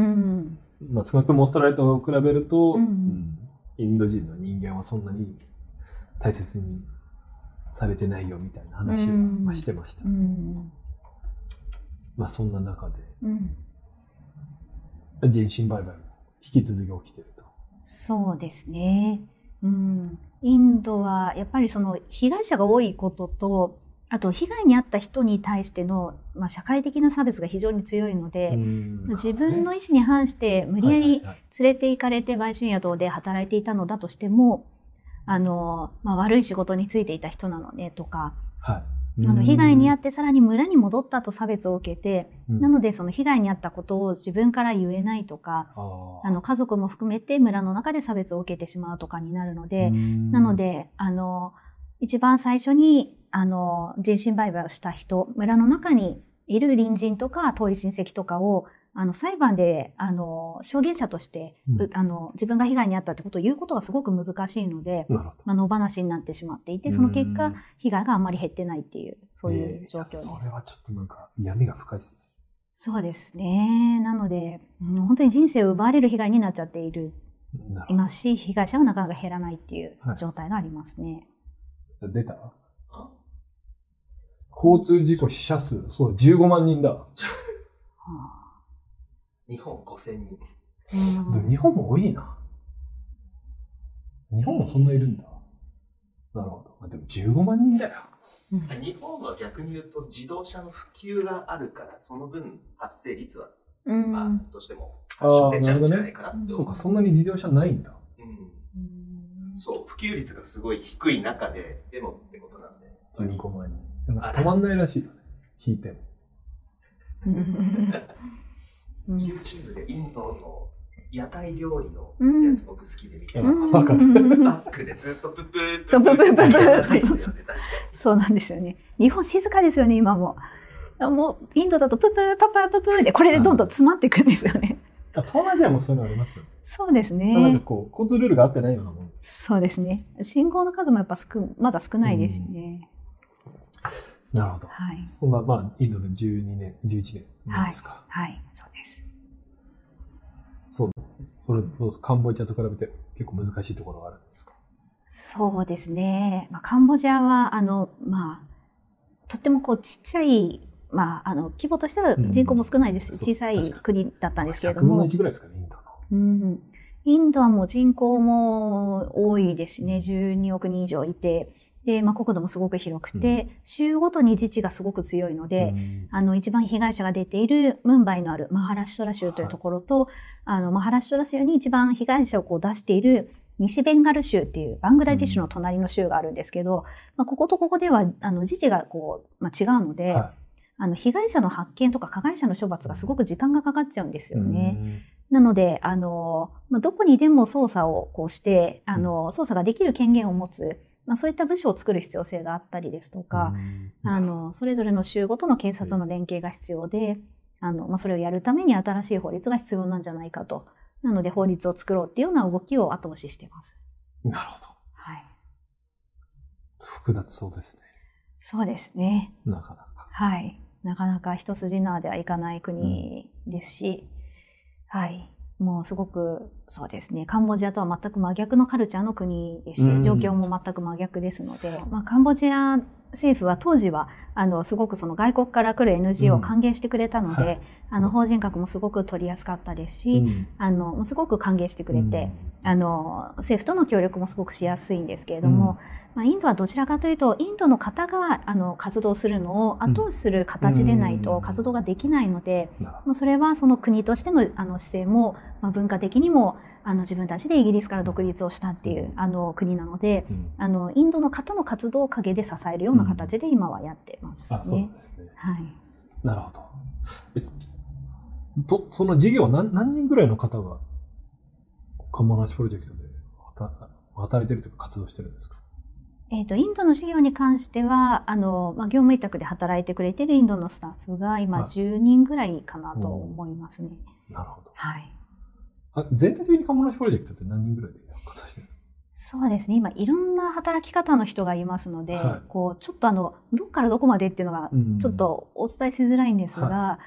まあ、少なくともオーストラリアと比べると、うんうん、インド人の人間はそんなに大切にされてないよみたいな話を、まあ、してました、うん、まあそんな中で、うん、人身売買も引き続き起きてると。 そうですね。うん、インドはやっぱりその被害者が多いことと、あと被害に遭った人に対しての、まあ、社会的な差別が非常に強いので、自分の意思に反して無理やり連れて行かれて売春宿で働いていたのだとしても、あの、まあ、悪い仕事についていた人なのねとか、はい、 あの被害に遭ってさらに村に戻ったと差別を受けて、うん、なのでその被害に遭ったことを自分から言えないとか、あの家族も含めて村の中で差別を受けてしまうとかになるので、なのであの一番最初にあの人身売買をした人、村の中にいる隣人とか遠い親戚とかをあの裁判であの証言者として、うん、あの自分が被害に遭ったってことを言うことがすごく難しいので、まあ、野放しになってしまっていて、その結果被害があんまり減ってないっていうそういう状況です。 えー、それはちょっとなんか闇が深いですね。 そうですね。なので、うん、本当に人生を奪われる被害になっちゃっているいますし、被害者はなかなか減らないっていう状態がありますね。 はい、出た？交通事故死者数、そう、じゅうごまんにんだ。はあ、日本ごせんにん。 でも日本も多いな。日本もそんないるんだ。なるほど。でもじゅうごまんにんだよ。 日本は逆に言うと自動車の普及があるから、その分発生率は、 うん、 まあ、どうしても出ちゃうんじゃないかなって思う。 そうか、そんなに自動車ないんだ。 うん。そう、普及率がすごい低い中で、でもってことなんで。 じゅうごまんにん。なんか止まんないらしいよね。引いても。 YouTube でインドの屋台料理のやつ僕好きで見てます。 わかる。 バックでずっとププーそう、ププーププー。 そうなんですよね。日本静かですよね、今も。もう、インドだとププー、パパー、ププーで、これでどんどん詰まっていくんですよね。 東南アジアもそういうのありますよね。 そうですね。 なんかこう、交通ルールが合ってないようなもん。 そうですね。信号の数もやっぱ少まだ少ないですしね。 なるほど。 はい。 そんな、まあ、インドでじゅうにねん、じゅういちねんなんですか。 はい。はい、そうです。 そう。これ、どうですか？カンボジアと比べて結構難しいところがあるんですか？ そうですね。まあ、カンボジアは、あの、まあ、とってもこう、ちっちゃい、まあ、あの、規模としては人口も少ないですし、うん、小さい国だったんですけれども。 ひゃくぶんのいちぐらいですかね、インドの。 うん。インドはもう人口も多いですね。じゅうにおくにん以上いて。で、まあ、国土もすごく広くて、うん、州ごとに自治がすごく強いので、うん、あの、一番被害者が出ているムンバイのあるマハラシュトラ州というところと、はい、あの、マハラシュトラ州に一番被害者をこう出している西ベンガル州っていうバングラディッシュの隣の州があるんですけど、うん、まあ、こことここでは、あの、自治がこう、まあ、違うので、はい、あの、被害者の発見とか加害者の処罰がすごく時間がかかっちゃうんですよね。うんなので、あの、まあ、どこにでも捜査をこうして、あの、捜査ができる権限を持つ、まあ、そういった部署を作る必要性があったりですとか、あの、それぞれの州ごとの警察の連携が必要で、あの、まあ、それをやるために新しい法律が必要なんじゃないかと。なので、法律を作ろうっていうような動きを後押ししています。 なるほど。 はい。 複雑そうですね。 そうですね。 なかなか。 はい。なかなか一筋縄ではいかない国ですし、うんはい。もうすごく、そうですね。カンボジアとは全く真逆のカルチャーの国ですし、状況も全く真逆ですので、まあ、カンボジア政府は当時は、あの、すごくその外国から来る エヌジーオー を歓迎してくれたので、うんはい、あの、法人格もすごく取りやすかったですし、うん、あの、すごく歓迎してくれて、うん、あの、政府との協力もすごくしやすいんですけれども、うんまあ、インドはどちらかというと、インドの方があの活動するのを後押しする形でないと活動ができないので、うん、それはその国としてのあの姿勢も、まあ、文化的にもあの自分たちでイギリスから独立をしたっていうあの国なので、うん、あのインドの方の活動を陰で支えるような形で今はやってますね。 うん、あそうですね。 はい。 なるほど。とその事業は 何, 何人ぐらいの方がカンボナシプロジェクトで働いてるというか活動してるんですか？ えっと、インドの事業に関しては、あの、まあ、業務委託で働いてくれているインドのスタッフが今じゅうにんぐらいかなと思いますね。 なるほど。 はい。 あ、全体的にカンボナシプロジェクトって何人ぐらいで活動してるの？ そうですね。今、いろんな働き方の人がいますので、はい、こう、ちょっとあの、どっからどこまでっていうのが、ちょっとお伝えしづらいんですが、はい、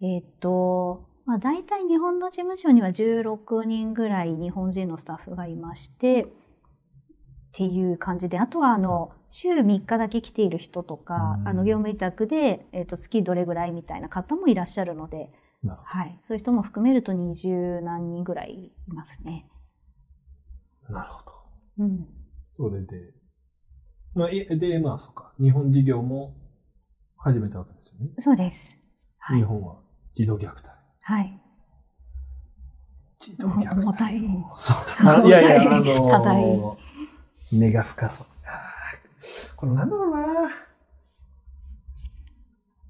えっと、まあ、大体日本の事務所にはじゅうろくにんぐらい日本人のスタッフがいまして、っていう感じで、あとはあの、週みっかだけ来ている人とか、あの、業務委託で、えっと、月どれぐらいみたいな方もいらっしゃるので、はい。そういう人も含めると二十何人ぐらいいますね。 なるほど。 うん。 それで、まあ、で、まあ、そうか。日本事業も始めたわけですよね。 そうです。 はい、日本は児童虐待。 はい。 児童虐待。 重たい。 そう。いやいや、あのー、 課題。 根が深そう。これなんだろうな。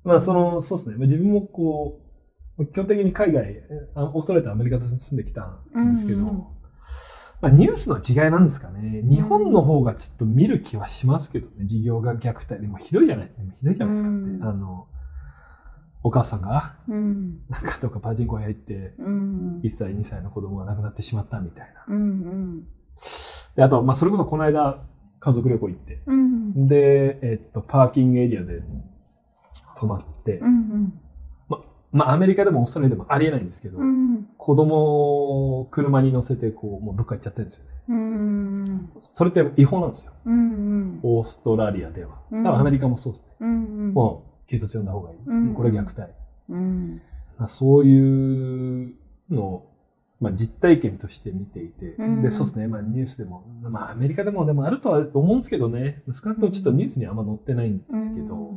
まあ、その、そうですね。自分もこう、基本的に海外、オーストラリアとアメリカで住んできたんですけど、うんうん、まあ、ニュースの違いなんですかね。日本の方がちょっと見る気はしますけどね。事業が虐待。でもひどいじゃない、ひどいじゃないですかって。うん、あの、お母さんが、なんかとかパチンコ屋行って、うん、いっさい、にさいの子供が亡くなってしまったみたいな。うんうん、であと、まあ、それこそこの間、家族旅行行って、うん、で、えっと、パーキングエリアで泊まって、うんうん、ま、まあ、アメリカでもオーストラリアでもありえないんですけど、うん、子供を車に乗せて、こう、もうどっか行っちゃってるんですよね。うん、それって違法なんですよ。うんうん、オーストラリアでは。多分アメリカもそうですね。うんうん、もう警察呼んだ方がいい。うん、これ虐待。うんまあ、そういうのを、まあ、実体験として見ていて、うん、で、そうですね、まあ、ニュースでも、まあ、アメリカでもでもあるとは思うんですけどね、少なくともちょっとニュースにあんま載ってないんですけど、うん、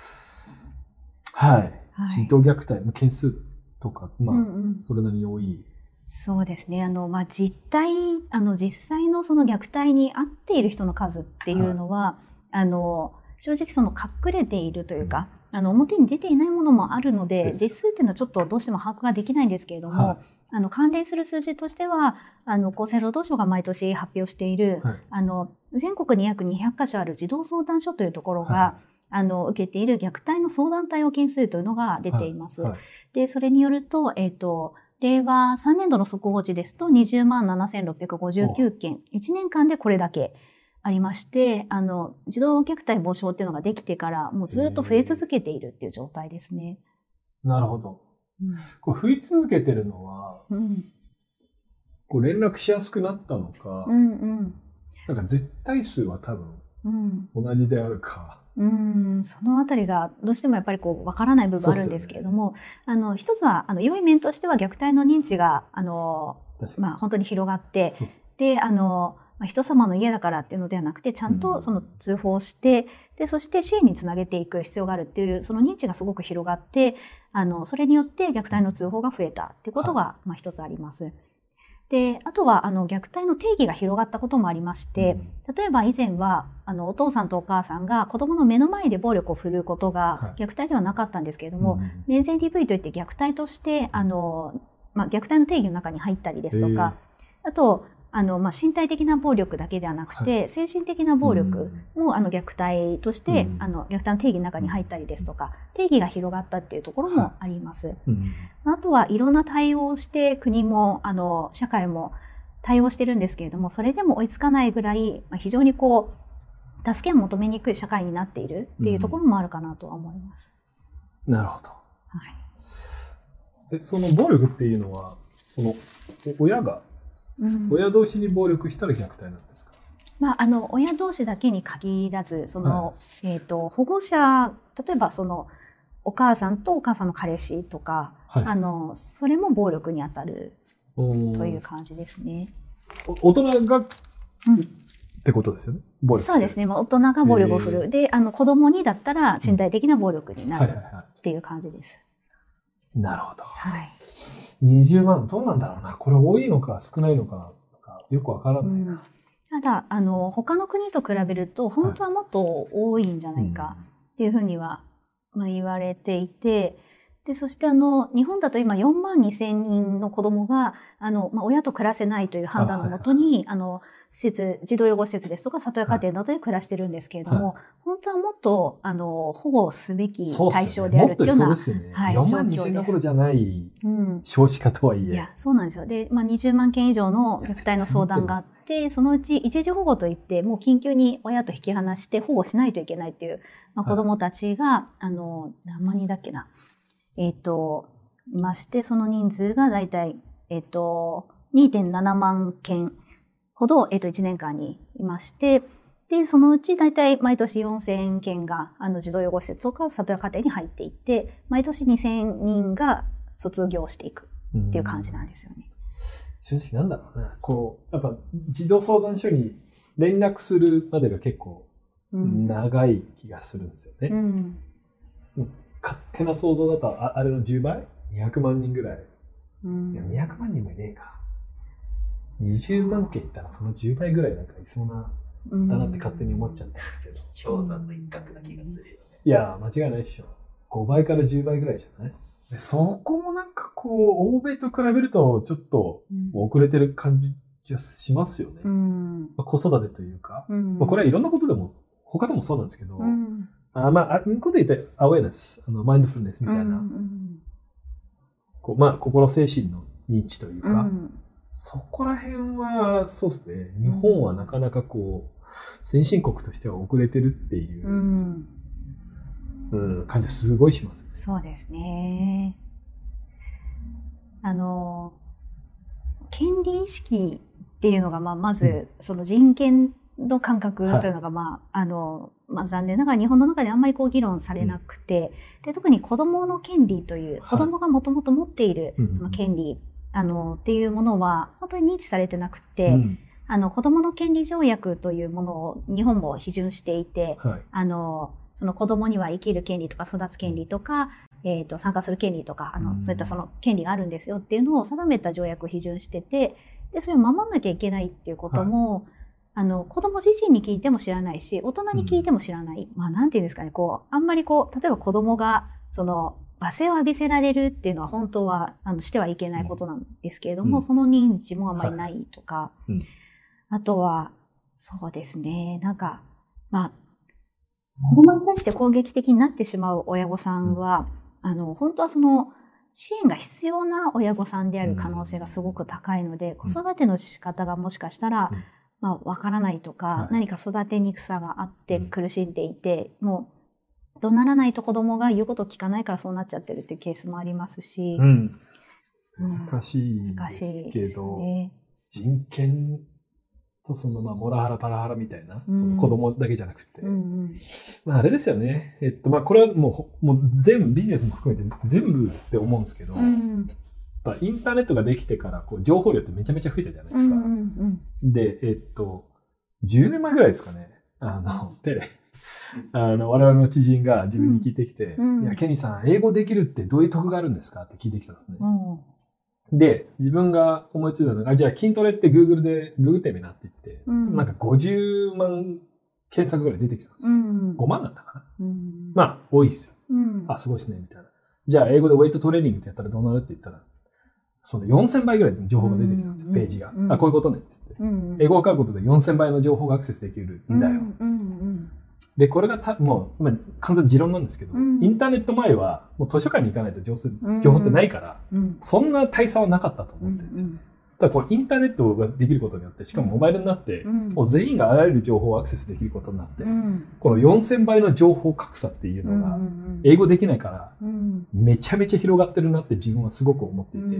はい、はい、児童虐待、件数とか、まあ、うんうん、それなりに多い。 そうですね、あの、まあ、実態、あの、実際のその虐待に遭っている人の数っていうのは、はい、あの、正直その隠れているというか、うん、あの、表に出ていないものもあるので、実数っていうのはちょっとどうしても把握ができないんですけれども、はい、あの、関連する数字としては、あの、厚生労働省が毎年発表している、はい、あの、全国に約にひゃくかしょある児童相談所というところが、はい、あの、受けている虐待の相談対応件数というのが出ています。はいはい、で、それによると、えっと、令和さんねんどの速報値ですとにじゅうまんななせんろっぴゃくごじゅうきゅうけん、いちねんかんでこれだけありまして、あの、児童虐待防止法っていうのができてから、もうずっと増え続けているっていう状態ですね。 なるほど。うん、これ増え続けてるのは、うん、こう連絡しやすくなったのか、うんうん、なんか絶対数は多分同じであるか、 うん、そのあたりがどうしてもやっぱりこうわからない部分あるんですけれども、ね、あの一つはあの良い面としては虐待の認知があのまあ本当に広がって、であのまあ、人様の家だからっていうのではなくてちゃんとその通報して、うん、でそして支援につなげていく必要があるっていうその認知がすごく広がって、あのそれによって虐待の通報が増えたっていうことが、はい、まあ一つあります。で、あとは、あの、虐待の定義が広がったこともありまして、うん、例えば以前は、あの、お父さんとお母さんが子供の目の前で暴力を振るうことが虐待ではなかったんですけれども、はい、メンズ エーディーブイ といって虐待として、あの、まあ、虐待の定義の中に入ったりですとか、あと、あの、まあ、身体的な暴力だけではなくて、はい、精神的な暴力も、あの、虐待として、うん、あの、虐待の定義の中に入ったりですとか、定義が広がったっていうところもあります。はいうん、あとはいろんな対応をして、国も、あの、社会も対応してるんですけれども、それでも追いつかないぐらい、まあ、非常にこう、助けを求めにくい社会になっているっていうところもあるかなとは思います。 うん、なるほど。はい。で、その暴力っていうのは、その、親が、うん、親同士に暴力したら虐待なんですか？ まあ、あの、親同士だけに限らず、その、はい、えっと、保護者、例えばその、お母さんとお母さんの彼氏とか、はい、あの、それも暴力に当たるという感じですね。 大人が、うん、ってことですよね。暴力。 そうですね。まあ、大人が暴力を振るう。で、あの、子供にだったら身体的な暴力になるっていう感じです。 なるほど。 はい。 にじゅうまん、どうなんだろうな。これ多いのか少ないのか、よくわからないな。 うん、ただ、あの、他の国と比べると、本当はもっと多いんじゃないかっていうふうには、まあ、言われていて、で、そしてあの、日本だと今よんまんにせんにんの子供が、あの、まあ、親と暮らせないという判断のもとに、あ、はいはい、あの、施設、児童養護施設ですとか、里親家庭などで暮らしてるんですけれども、はい、本当はもっと、あの、保護すべき対象であるっていうような、 そうですね。はい、よんまんにせんどころじゃない、うん、少子化とはいえ。 いや、そうなんですよ。で、まあ、にじゅうまんけん以上の虐待の相談があって、そのうち一時保護といって、もう緊急に親と引き離して保護しないといけないっていう、まあ、子供たちが、はい、あの、何万人だっけな。えっと、いまして、その人数がだいたい、えっと、にてんななまんけんほど、えっと、いちねんかんにいまして、で、そのうちだいたい毎年よんせんけんが、あの、児童養護施設とか里親家庭に入っていって、毎年にせんにんが卒業していくっていう感じなんですよね。 正直なんだろうな。こう、やっぱ、児童相談所に連絡するまでが結構、長い気がするんですよね。うんうん、勝手な想像だと、あ, あれのじゅうばい ?にひゃくまんにんぐらい。うん、いや、にひゃくまんにんもいねえか。にじゅうまんけんいったらそのじゅうばいぐらいなんかいそうな、だなって勝手に思っちゃったんですけど。 氷山の一角な気がするよね。 いや、間違いないっしょ。 ごばいからじゅうばいぐらいじゃない？でそこもなんかこう、欧米と比べるとちょっと遅れてる感じがしますよね。うん、まあ、子育てというか、うん、まあ、これはいろんなことでも、他でもそうなんですけど、うん、あまあ、あ向こうで言ったアウェアネス、あのマインドフルネスみたいな、うんうん、こうまあ、心精神の認知というか、うん、そこら辺はそうですね、日本はなかなかこう、先進国としては遅れてるっていう、うんうん、感じはすごいします。 そうですね。あの、権利意識っていうのが、まあ、まず、うん、その人権の感覚というのが、まあ、はい、あの、まあ、残念ながら日本の中であんまりこう議論されなくて、うん、で特に子供の権利という、子供がもともと持っているその権利、はい、あの、っていうものは、本当に認知されてなくて、うん、あの、子供の権利条約というものを日本も批准していて、はい、あの、その子供には生きる権利とか育つ権利とか、えっと、参加する権利とか、あの、そういったその権利があるんですよっていうのを定めた条約を批准してて、で、それを守んなきゃいけないっていうことも、はい、あの、子供自身に聞いても知らないし、大人に聞いても知らない。うん、まあ、なんていうんですかね、こう、あんまりこう、例えば子供が、その、罵声を浴びせられるっていうのは本当は、あの、してはいけないことなんですけれども、うん、その認知もあんまりないとか、はいうん、あとは、そうですね、なんか、まあ、子供に対して攻撃的になってしまう親御さんは、うん、あの、本当はその、支援が必要な親御さんである可能性がすごく高いので、うん、子育ての仕方がもしかしたら、うん、まあ、わからないとか、はい、何か育てにくさがあって苦しんでいて、うん、もう、怒鳴らないと子供が言うことを聞かないからそうなっちゃってるっていうケースもありますし、うん、 難しいですけど、ね、人権とそのまあモラハラパラハラみたいな、うん、その子供だけじゃなくて、うんうん、まああれですよね。えっとまあこれはもうもう全部ビジネスも含めて全部って思うんですけど、うん、やっぱインターネットができてからこう情報量ってめちゃめちゃ増えたじゃないですか。うんうんうん、でえっとじゅうねんまえぐらいですかね。あのテレあの我々の知人が自分に聞いてきて、うんうん、いやケニーさん英語できるってどういう得があるんですかって聞いてきたんですね。うんで、自分が思いついたのが、じゃあ筋トレって Google で、ググってみなって言って、うん、なんかごじゅうまん検索ぐらい出てきたんですよ。うん、ごまんだったかな、うん、まあ、多いですよ。うん、あ、すごいですね、みたいな。じゃあ、英語でウェイトトレーニングってやったらどうなるって言ったら、そのよんせんばいぐらいの情報が出てきたんですよ、ページが。うん、あ、こういうことね、つって。うん、英語をわかることでよんせんばいの情報がアクセスできるんだよ。うんうんうんで、これがた、もう、まあ、完全に持論なんですけど、うん、インターネット前は、もう図書館に行かないと情報ってないから、うん、そんな大差はなかったと思ってるんですよ。うんうん、ただ、これインターネットができることによって、しかもモバイルになって、うん、もう全員があらゆる情報をアクセスできることになって、うん、このよんせんばいの情報格差っていうのが、英語できないから、うん、めちゃめちゃ広がってるなって自分はすごく思っていて、うんうん、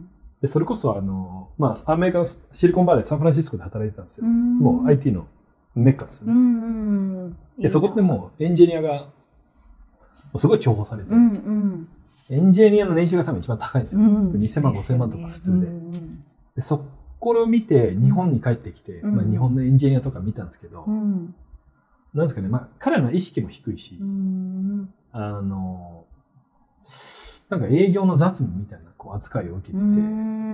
でそれこそ、あの、まあ、アメリカのシリコンバレー、サンフランシスコで働いてたんですよ。うん、もう アイティー のメッカですね。うんうん、でそこってもうエンジニアがすごい重宝されてる、うんうん、エンジニアの年収が多分一番高いんですよ。うん、にせんまん、ごせんまんとか普通で。うん、でそこを見て日本に帰ってきて、うんまあ、日本のエンジニアとか見たんですけど、うん、なんですかね、まあ、彼らの意識も低いし、うん、あの、なんか営業の雑務みたいなこう扱いを受けてて、うん、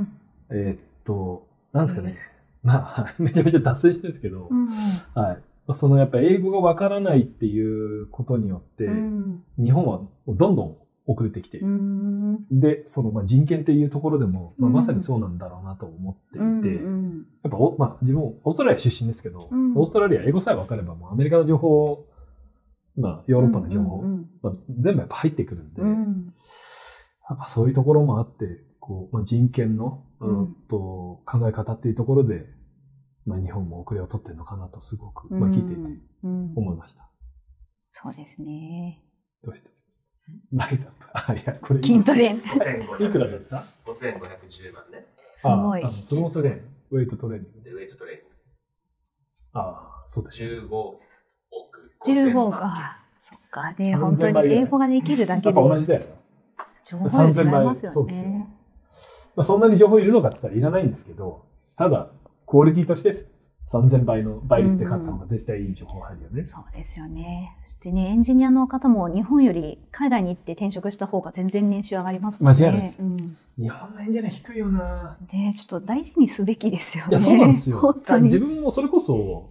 えー、っと、なんですかね、うんまあ、めちゃめちゃ脱線してるんですけど、うん、はい。そのやっぱり英語がわからないっていうことによって、うん、日本はどんどん遅れてきて、うん、で、そのまあ人権っていうところでも、まあ、まさにそうなんだろうなと思っていて、うん、やっぱお、まあ自分オーストラリア出身ですけど、うん、オーストラリア英語さえわかればもうアメリカの情報、まあヨーロッパの情報、うんうんうんまあ、全部やっぱ入ってくるんで、うん、やっぱそういうところもあって、こうまあ、人権の、うんと考え方っていうところで、まあ、日本も遅れを取ってるのかなとすごく、まあ、聞いていて思いました。うんうん、 そうですね。 どうしてライズアップ。あ、いや、これ。 筋トレ。 いくらだった ? ごせんごひゃくじゅうまんね。 すごい。 あ、それもそれ、ウェイトトレーニング。 で、ウェイトトレーニング。 ああ、そうです、 ね。じゅうごおく。 じゅうごおく。あ、そっか。で、本当に英語ができるだけで。 同じだよ。 情報量違いますよね。そうですよ。 まあ、そんなに情報いるのかって言ったらいらないんですけど、ただ、クオリティとしてさんぜんばいの倍率で買った方が絶対いい情報入るよね、うんうん。 そうですよね。そしてね、エンジニアの方も日本より海外に行って転職した方が全然年収上がりますもんね。 間違いないです。うん、日本のエンジニア低いよな。 で、ちょっと大事にすべきですよね。 いや、そうなんですよ。本当に。自分もそれこそ、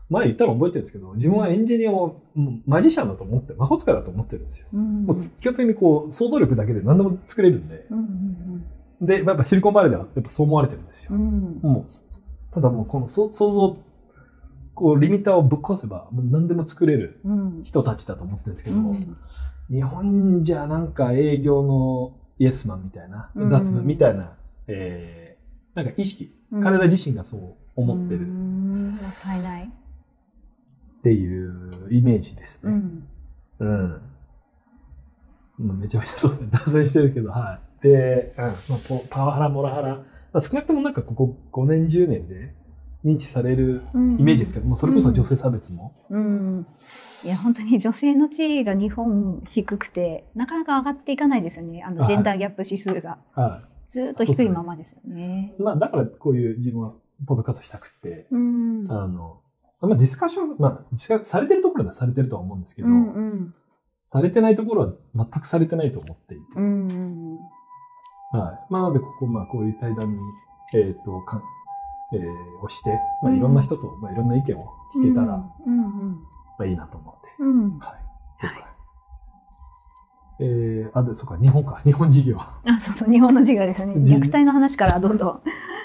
前言ったの覚えてるんですけど、自分はエンジニアをマジシャンだと思って、魔法使いだと思ってるんですよ。うん、もう基本的にこう、想像力だけで何でも作れるんで。うんうんうん、で、やっぱシリコンバレーではやっぱそう思われてるんですよ。うん、もうただもうこの想像、こう、リミッターをぶっ壊せば、もう何でも作れる人たちだと思ってるんですけど、うん、日本じゃなんか営業のイエスマンみたいな、うん、雑務みたいな、えー、なんか意識、うん、彼ら自身がそう思ってる。 もったいない。 っていうイメージですね。うん。うん。めちゃめちゃそうですね。脱線してるけど、はい。で、うん。まあ、パワハラ、モラハラ。少なくともなんかここごねん、じゅうねんで認知されるイメージですけど、うん、もうそれこそ女性差別も、 うん。うん。いや、本当に女性の地位が日本低くて、なかなか上がっていかないですよね。あの、ジェンダーギャップ指数が。はい。ずっと低いままですよね。 まあ、だからこういう自分はポッドキャストしたくて、うん、あの、まあ、ディスカッション、まあ、されてるところではされてるとは思うんですけど、うんうん、されてないところは全くされてないと思っていて。うんうん、はい。まあ、なので、ここ、まあ、こういう対談に、えっと、かえー、をして、まあ、いろんな人と、うん、まあ、いろんな意見を聞けたら、うんうんうん、まあ、いいなと思って。うん、はい。はい。えー、あ、で、そうか、日本か。日本事業。 あ、そうそう、日本の事業ですよね。虐待の話からどんどん。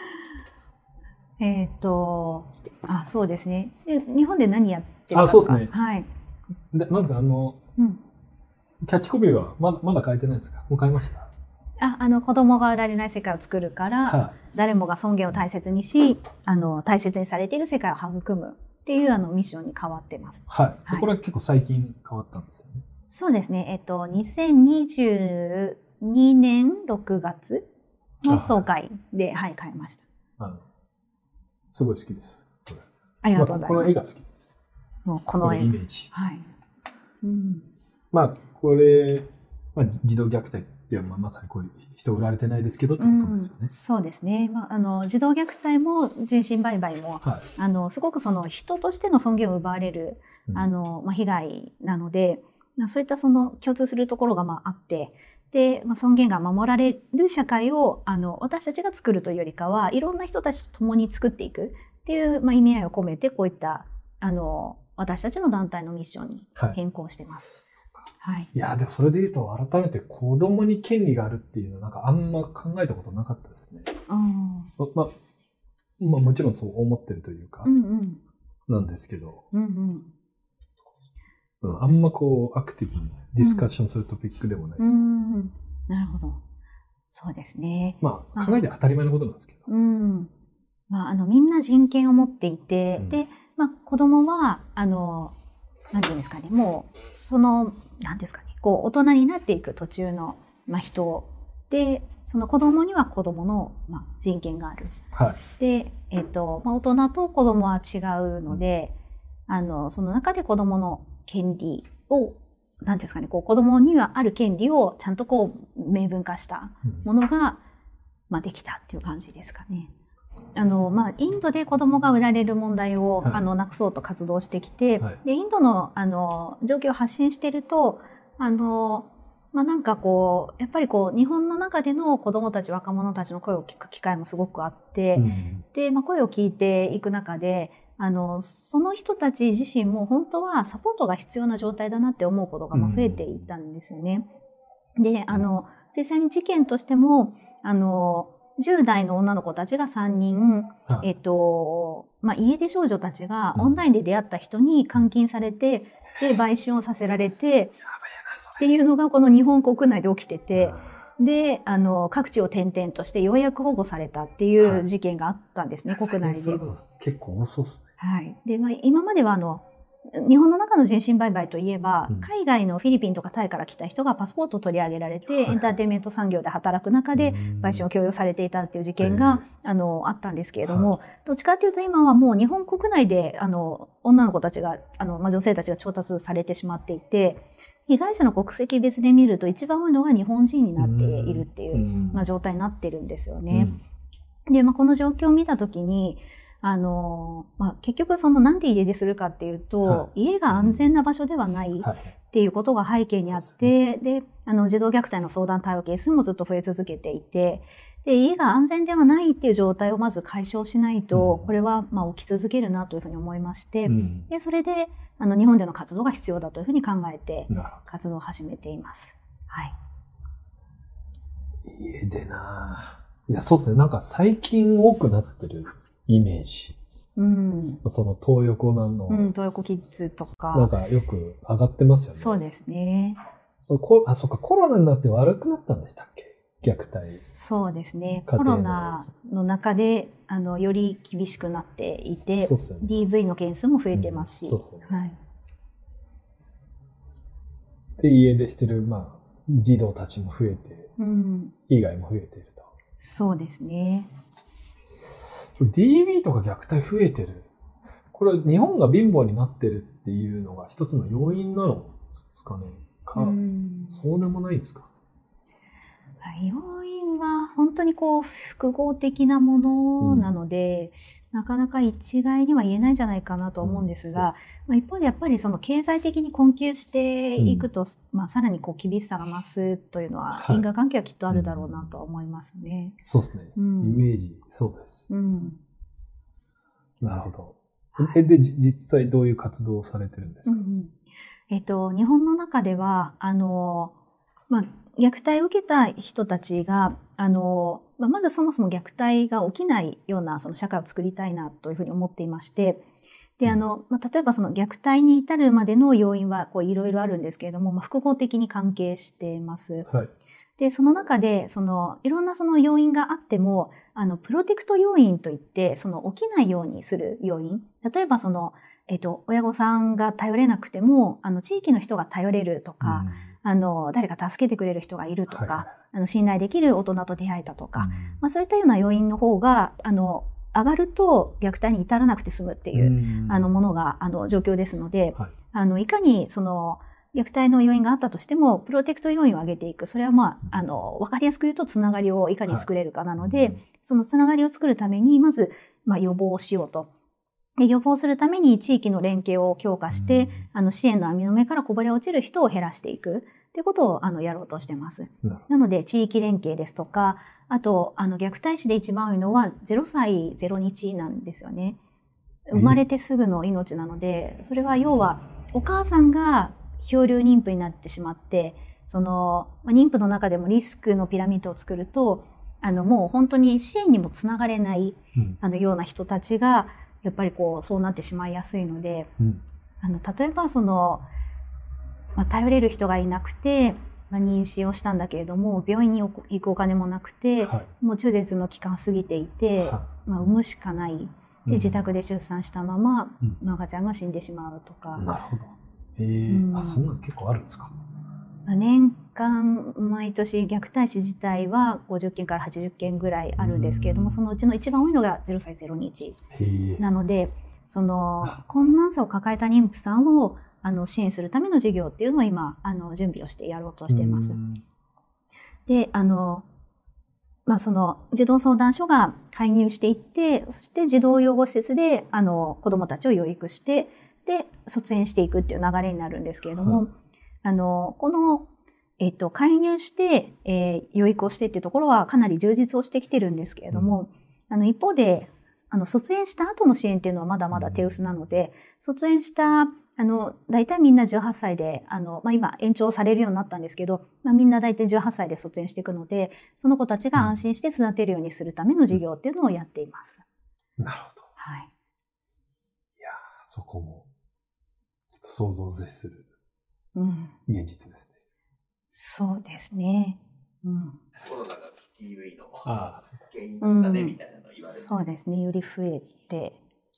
えっと、あ、そうですね。で、日本で何やってるか。 あ、そうですね。 はい。 で、なんですか、あの、うん、キャッチコピーはまだ、まだ変えてないですか？もう変えました？ あ、あの、子供が売られない世界を作るから、はい、誰もが尊厳を大切にし、あの、大切にされている世界を育むっていうあのミッションに変わってます。 はい。はい、これは結構最近変わったんですよね。 そうですね。えっと、にせんにじゅうにねんろくがつの総会で、はい、変えました。 あのすごい好きです。これありがとうございます。 まあ、この絵が好きです。 もうこの絵。 このイメージ。 はい。うん、 まあ、これ、まあ、児童虐待っていうのはまさにこういう人売られてないですけどってことですよね。 うん、そうですね。まあ、あの、児童虐待も人身売買も、はい、あの、すごくその人としての尊厳を奪われる、うん、あの、まあ、被害なので、まあ、そういったその共通するところがまああって、で、まあ、尊厳が守られる社会を、あの、私たちが作るというよりかは、いろんな人たちと共に作っていくっていう、まあ、意味合いを込めて、こういった、あの、私たちの団体のミッションに変更してます。はい。はい、 いや、でもそれで言うと、改めて子供に権利があるっていうのは、なんかあんま考えたことなかったですね。うん。ま、ま、まあ、もちろんそう思ってるというか、うんうん、なんですけど、うんうんうん、あんまこう、アクティブにディスカッションするトピックでもないですよ、うんうん。なるほど。そうですね。 まあ、考えて当たり前のことなんですけど。 うん。まあ、あの、みんな人権を持っていて、うん、で、まあ、子供は、あの、なんていうんですかね、もう、その、なんですかね、こう、大人になっていく途中の、まあ、人で、その子供には子供の、まあ、人権がある。はい。で、えっと、まあ、大人と子供は違うので、うん、あの、その中で子供の権利を、なんですかね、こう、子供にはある権利をちゃんとこう、明文化したものが、うん、まあ、できたっていう感じですかね。あの、まあ、インドで子供が売られる問題を、はい、あの、なくそうと活動してきて、はい、で、インドの、あの、状況を発信してると、あの、まあ、なんかこう、やっぱりこう、日本の中での子供たち、若者たちの声を聞く機会もすごくあって、うん、で、まあ、声を聞いていく中で、あの、その人たち自身も本当はサポートが必要な状態だなって思うことがまあ増えていったんですよね。うん、で、あの、実際に事件としても、あの、じゅう代の女の子たちがさんにん、はい、えっと、まあ、家出少女たちがオンラインで出会った人に監禁されて、で、売春をさせられて、っていうのがこの日本国内で起きてて、で、あの、各地を転々としてようやく保護されたっていう事件があったんですね、はい、国内で。 結構遅そうですね。 はい。で、まあ、今まではあの、日本の中の人身売買といえば、うん、海外のフィリピンとかタイから来た人がパスポートを取り上げられて、はい、エンターテインメント産業で働く中で売春を強要されていたっていう事件が、あの、あったんですけれども、はい、どっちかというと今はもう日本国内で、あの、女の子たちが、あの、まあ、女性たちが調達されてしまっていて、被害者の国籍別で見ると一番多いのが日本人になっているっていう、まあ、状態になってるんですよね。で、まあ、この状況を見たときに、あの、まあ、結局そのなんで家出するかっていうと、はい、家が安全な場所ではないっていうことが背景にあって、はい、で、あの、児童虐待の相談対応件数もずっと増え続けていて、 で、家が安全ではないっていう状態をまず解消しないと、 うん、 これはまあ起き続けるなというふうに思いまして、 うん、 でそれであの日本での活動が必要だというふうに考えて活動を始めています。はい。 家でなぁ。いや、そうですね。なんか最近多くなってるイメージ。 うん。 その東横なの。 うん、東横キッズとか。 なんかよく上がってますよね。 そうですね。 こあ、そっか、コロナになって悪くなったんでしたっけ？虐待。 そうですね。コロナの中で、あの、より厳しくなっていて、そうですよね、ディーブイ の件数も増えてますし。うん、そうですよね。はい。 で、家出してる、まあ、児童たちも増えて、うん、被害も増えていると。 そうですね。 ディーブイ とか虐待増えてる。これは日本が貧乏になってるっていうのが一つの要因なのですかね。か、うん、そうでもないですか。 要因は本当にこう複合的なものなので、うん、なかなか一概には言えないんじゃないかなと思うんですが、うん、まあ、一方でやっぱりその経済的に困窮していくと、うん、まあ、さらにこう厳しさが増すというのは因果関係はきっとあるだろうなとは思いますね。 うん、そうですね、うん。イメージ、そうです。うん、なるほど。はい、で、実際どういう活動をされてるんですか？うん、 えっと、日本の中では、あの、まあ、虐待を受けた人たちが、あの、まずそもそも虐待が起きないようなその社会を作りたいなというふうに思っていまして、で、あの、まあ、例えばその虐待に至るまでの要因はこういろいろあるんですけれども、まあ、複合的に関係しています。はい。で、その中で、その、いろんなその要因があっても、あの、プロテクト要因といって、その起きないようにする要因。例えばその、えっと、親御さんが頼れなくても、あの、地域の人が頼れるとか、うん、あの、誰か助けてくれる人がいるとか、はい、あの、信頼できる大人と出会えたとか、うん、まあそういったような要因の方が、あの、上がると虐待に至らなくて済むっていう、うん、あの、ものが、あの、状況ですので、はい、あの、いかに、その、虐待の要因があったとしても、プロテクト要因を上げていく。それはまあ、あの、わかりやすく言うと、つながりをいかに作れるかなので、はい、そのつながりを作るために、まず、まあ、予防をしようと。で、予防するために地域の連携を強化して、うん、あの、支援の網の目からこぼれ落ちる人を減らしていく。ということを、あの、やろうとしてます。な, なので、地域連携ですとか、あと、あの、虐待死で一番多いのは、ゼロさいゼロにちなんですよね。生まれてすぐの命なので、それは要は、お母さんが、漂流妊婦になってしまって、その、妊婦の中でもリスクのピラミッドを作ると、あの、もう本当に支援にもつながれない、うん、あの、ような人たちが、やっぱりこう、そうなってしまいやすいので、うん、あの、例えばその、まあ、頼れる人がいなくて、まあ、妊娠をしたんだけれども、病院に行くお金もなくて、はい、もう中絶の期間過ぎていて、はい、まあ、産むしかない。で、自宅で出産したまま、うん、赤ちゃんが死んでしまうとか。 なるほど。へー、うん、あ、そんなの結構あるんですか？ 年間、毎年虐待死自体はごじゅっけんからはちじゅっけんぐらいあるんですけれども、そのうちの一番多いのがゼロさいゼロにち。なので、その、困難さを抱えた妊婦さんをあの支援するための事業っていうのを今、あの、準備をしてやろうとしています。で、あの、まあ、その、児童相談所が介入していって、そして児童養護施設で、あの、子供たちを養育して、で、卒園していくっていう流れになるんですけれども、はい、あの、この、えっと、介入して、えー、養育をしてっていうところはかなり充実をしてきてるんですけれども、うん、あの、一方で、あの、卒園した後の支援っていうのはまだまだ手薄なので、卒園した、あの、大体みんなじゅうはっさいで、あの、まあ、今延長されるようになったんですけど、まあ、みんな大体じゅうはっさいで卒園していくので、その子たちが安心して育てるようにするための事業っていうのをやっています。 なるほど。 はい。 いやー、そこも、ちょっと想像を絶する、 うん。 現実ですね。 そうですね。うん。 コロナが ティーブイ の原因だね、みたいなの言われる、うん。 そうですね。より増えて。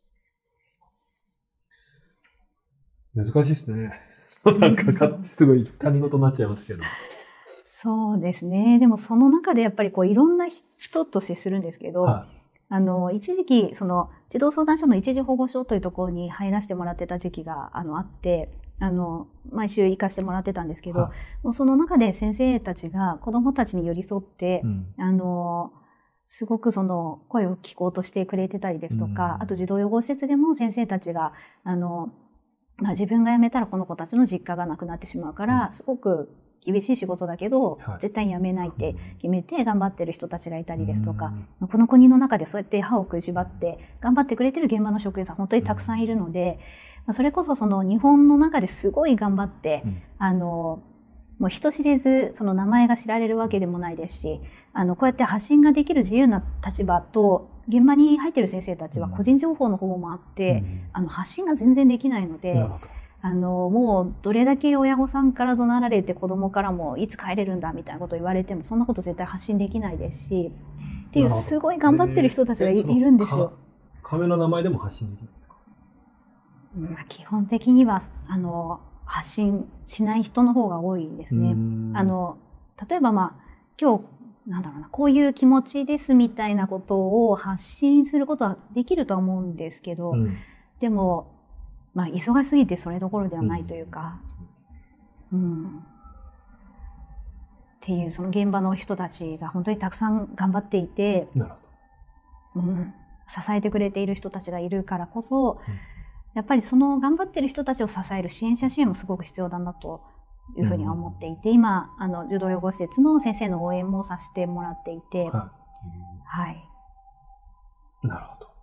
難しいですね。なんか、すごい他人事になっちゃいますけど。 そうですね。でもその中でやっぱりこういろんな人と接するんですけど、はい、あの、一時期、その、児童相談所の一時保護所というところに入らせてもらってた時期が、あの、あって、あの、毎週行かせてもらってたんですけど、はい、もうその中で先生たちが子供たちに寄り添って、うん、あの、すごくその声を聞こうとしてくれてたりですとか、うん、あと児童養護施設でも先生たちが、あの、まあ、自分が辞めたらこの子たちの実家がなくなってしまうから、うん、すごく厳しい仕事だけど、 はい、 絶対に辞めないって決めて頑張ってる人たちがいたりですとか、この国の中でそうやって歯を食いしばって頑張ってくれてる現場の職員さん本当にたくさんいるので、それこそその日本の中ですごい頑張って、うん、あの、もう人知れずその名前が知られるわけでもないですし、あの、こうやって発信ができる自由な立場と、現場に入ってる先生たちは個人情報の保護もあって、うん、あの、発信が全然できないので、あの、もうどれだけ親御さんから怒鳴られて子供からもいつ帰れるんだみたいなこと言われてもそんなこと絶対発信できないですし、っていうすごい頑張ってる人たちが い,、えー、いるんですよ。 亀の名前でも発信できるんですか？ まあ、基本的には、あの、発信しない人の方が多いですね。あの、例えばまあ、今日、なんだろうな、こういう気持ちですみたいなことを発信することはできるとは思うんですけど、うん、でも、まあ、忙しすぎてそれどころではないというか、うん、うん、っていう、その現場の人たちが本当にたくさん頑張っていて、 なるほど、 うん、支えてくれている人たちがいるからこそ、うん、やっぱりその頑張っている人たちを支える支援者支援もすごく必要だなというふうには思っていて、うん、今、あの、児童養護施設の先生の応援もさせてもらっていて、はい。はい、 なるほど。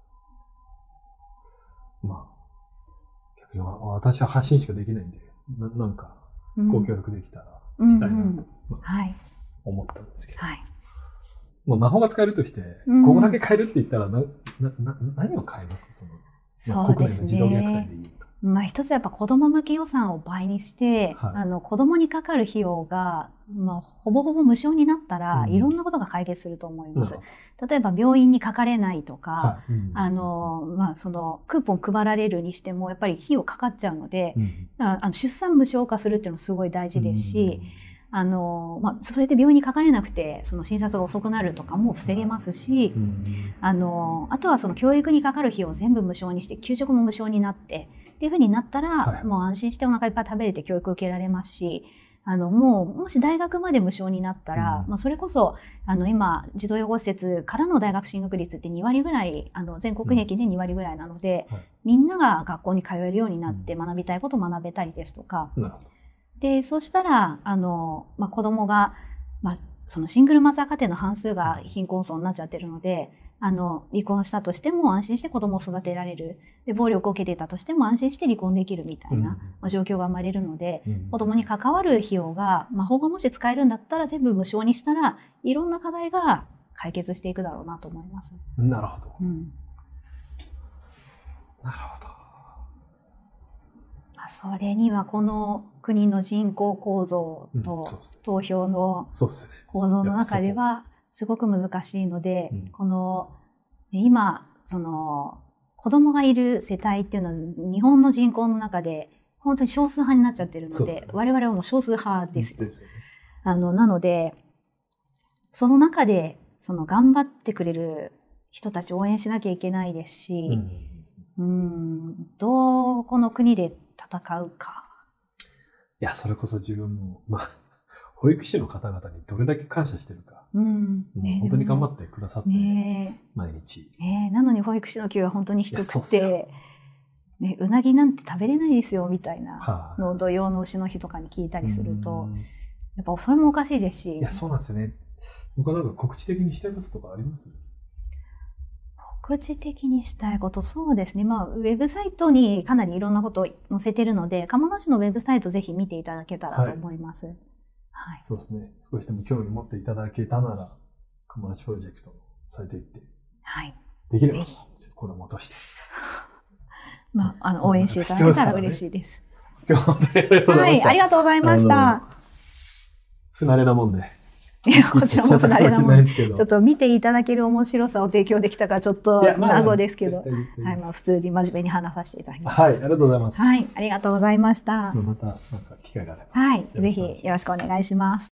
まあ、私は発信しかできないんで、な, なんかご協力できたらしたいなと、うんうんまあはい、思ったんですけど、はい、まあ、魔法が使えるとして、うん、ここだけ変えるって言ったらななな何を変えますその、まあ、国内の児童虐待でいいと。 まあ、一つやっぱ子ども向け予算を倍にして、はい、あの子どもにかかる費用が、まあ、ほぼほぼ無償になったら、うん、いろんなことが解決すると思います。例えば病院にかかれないとか、はいうん、あの、まあ、そのクーポン配られるにしてもやっぱり費用かかっちゃうので、うん、あの出産無償化するっていうのはすごい大事ですし、うん、あの、まあ、それで病院にかかれなくて、その診察が遅くなるとかも防げますし、うん、あの、あとはその教育にかかる費用を全部無償にして、給食も無償になって、っていうふうになったら、はい、もう安心してお腹いっぱい食べれて教育受けられますし、あの、もう、もし大学まで無償になったら、うん、まあ、それこそ、あの、今、児童養護施設からの大学進学率ってに割ぐらい、あの、全国平均でに割ぐらいなので、うんはい、みんなが学校に通えるようになって学びたいことを学べたりですとか、うん、で、そうしたら、あの、まあ、子供が、まあ、そのシングルマザー家庭の半数が貧困層になっちゃってるので、あの、離婚したとしても安心して子供を育てられる。で、暴力を受けていたとしても安心して離婚できるみたいな、うんまあ、状況が生まれるので、うん、子供に関わる費用が、魔法がもし使えるんだったら全部無償にしたら、いろんな課題が解決していくだろうなと思います。 なるほど。 うん、 なるほど。 まあ、それにはこの国の人口構造と投票の構造の中では、すごく難しいので、うん、この、今、その、子供がいる世帯っていうのは日本の人口の中で本当に少数派になっちゃってるので、でね、我々はもう少数派ですよ。ですよね、あの、なので、その中で、その頑張ってくれる人たちを応援しなきゃいけないですし、うん、うんどうこの国で戦うか。 いや、それこそ自分も、まあ、保育士の方々にどれだけ感謝してるか。うんね、本当に頑張ってくださって、ね、毎日、 ね。なのに保育士の給与は本当に低くて、ね、うなぎなんて食べれないですよみたいなのを土曜の牛の日とかに聞いたりすると、やっぱそれもおかしいですし。 いや、そうなんですよね。僕はなんか告知的にしたいこととかあります？ 告知的にしたいこと、そうですね。まあ、ウェブサイトにかなりいろんなことを載せてるので、鴨梨のウェブサイトぜひ見ていただけたらと思います。はいはい、そうですね。少しでも興味持っていただけたなら、鴨梨プロジェクトのサイト行って、はい。できれば、ちょっとこれを戻して。 まあ、あの、応援していただけたら嬉しいです。 今日は本当にありがとうございました。はい、 ありがとうございました。 不慣れなもんで。 いや、こちらも不慣れなもんで。ちょっと見ていただける面白さを提供できたかちょっと謎ですけど、はい、まあ普通に真面目に話させていただきます。 はい、ありがとうございます。 はい、ありがとうございました。 また、なんか機会があれば。 はい、ぜひよろしくお願いします。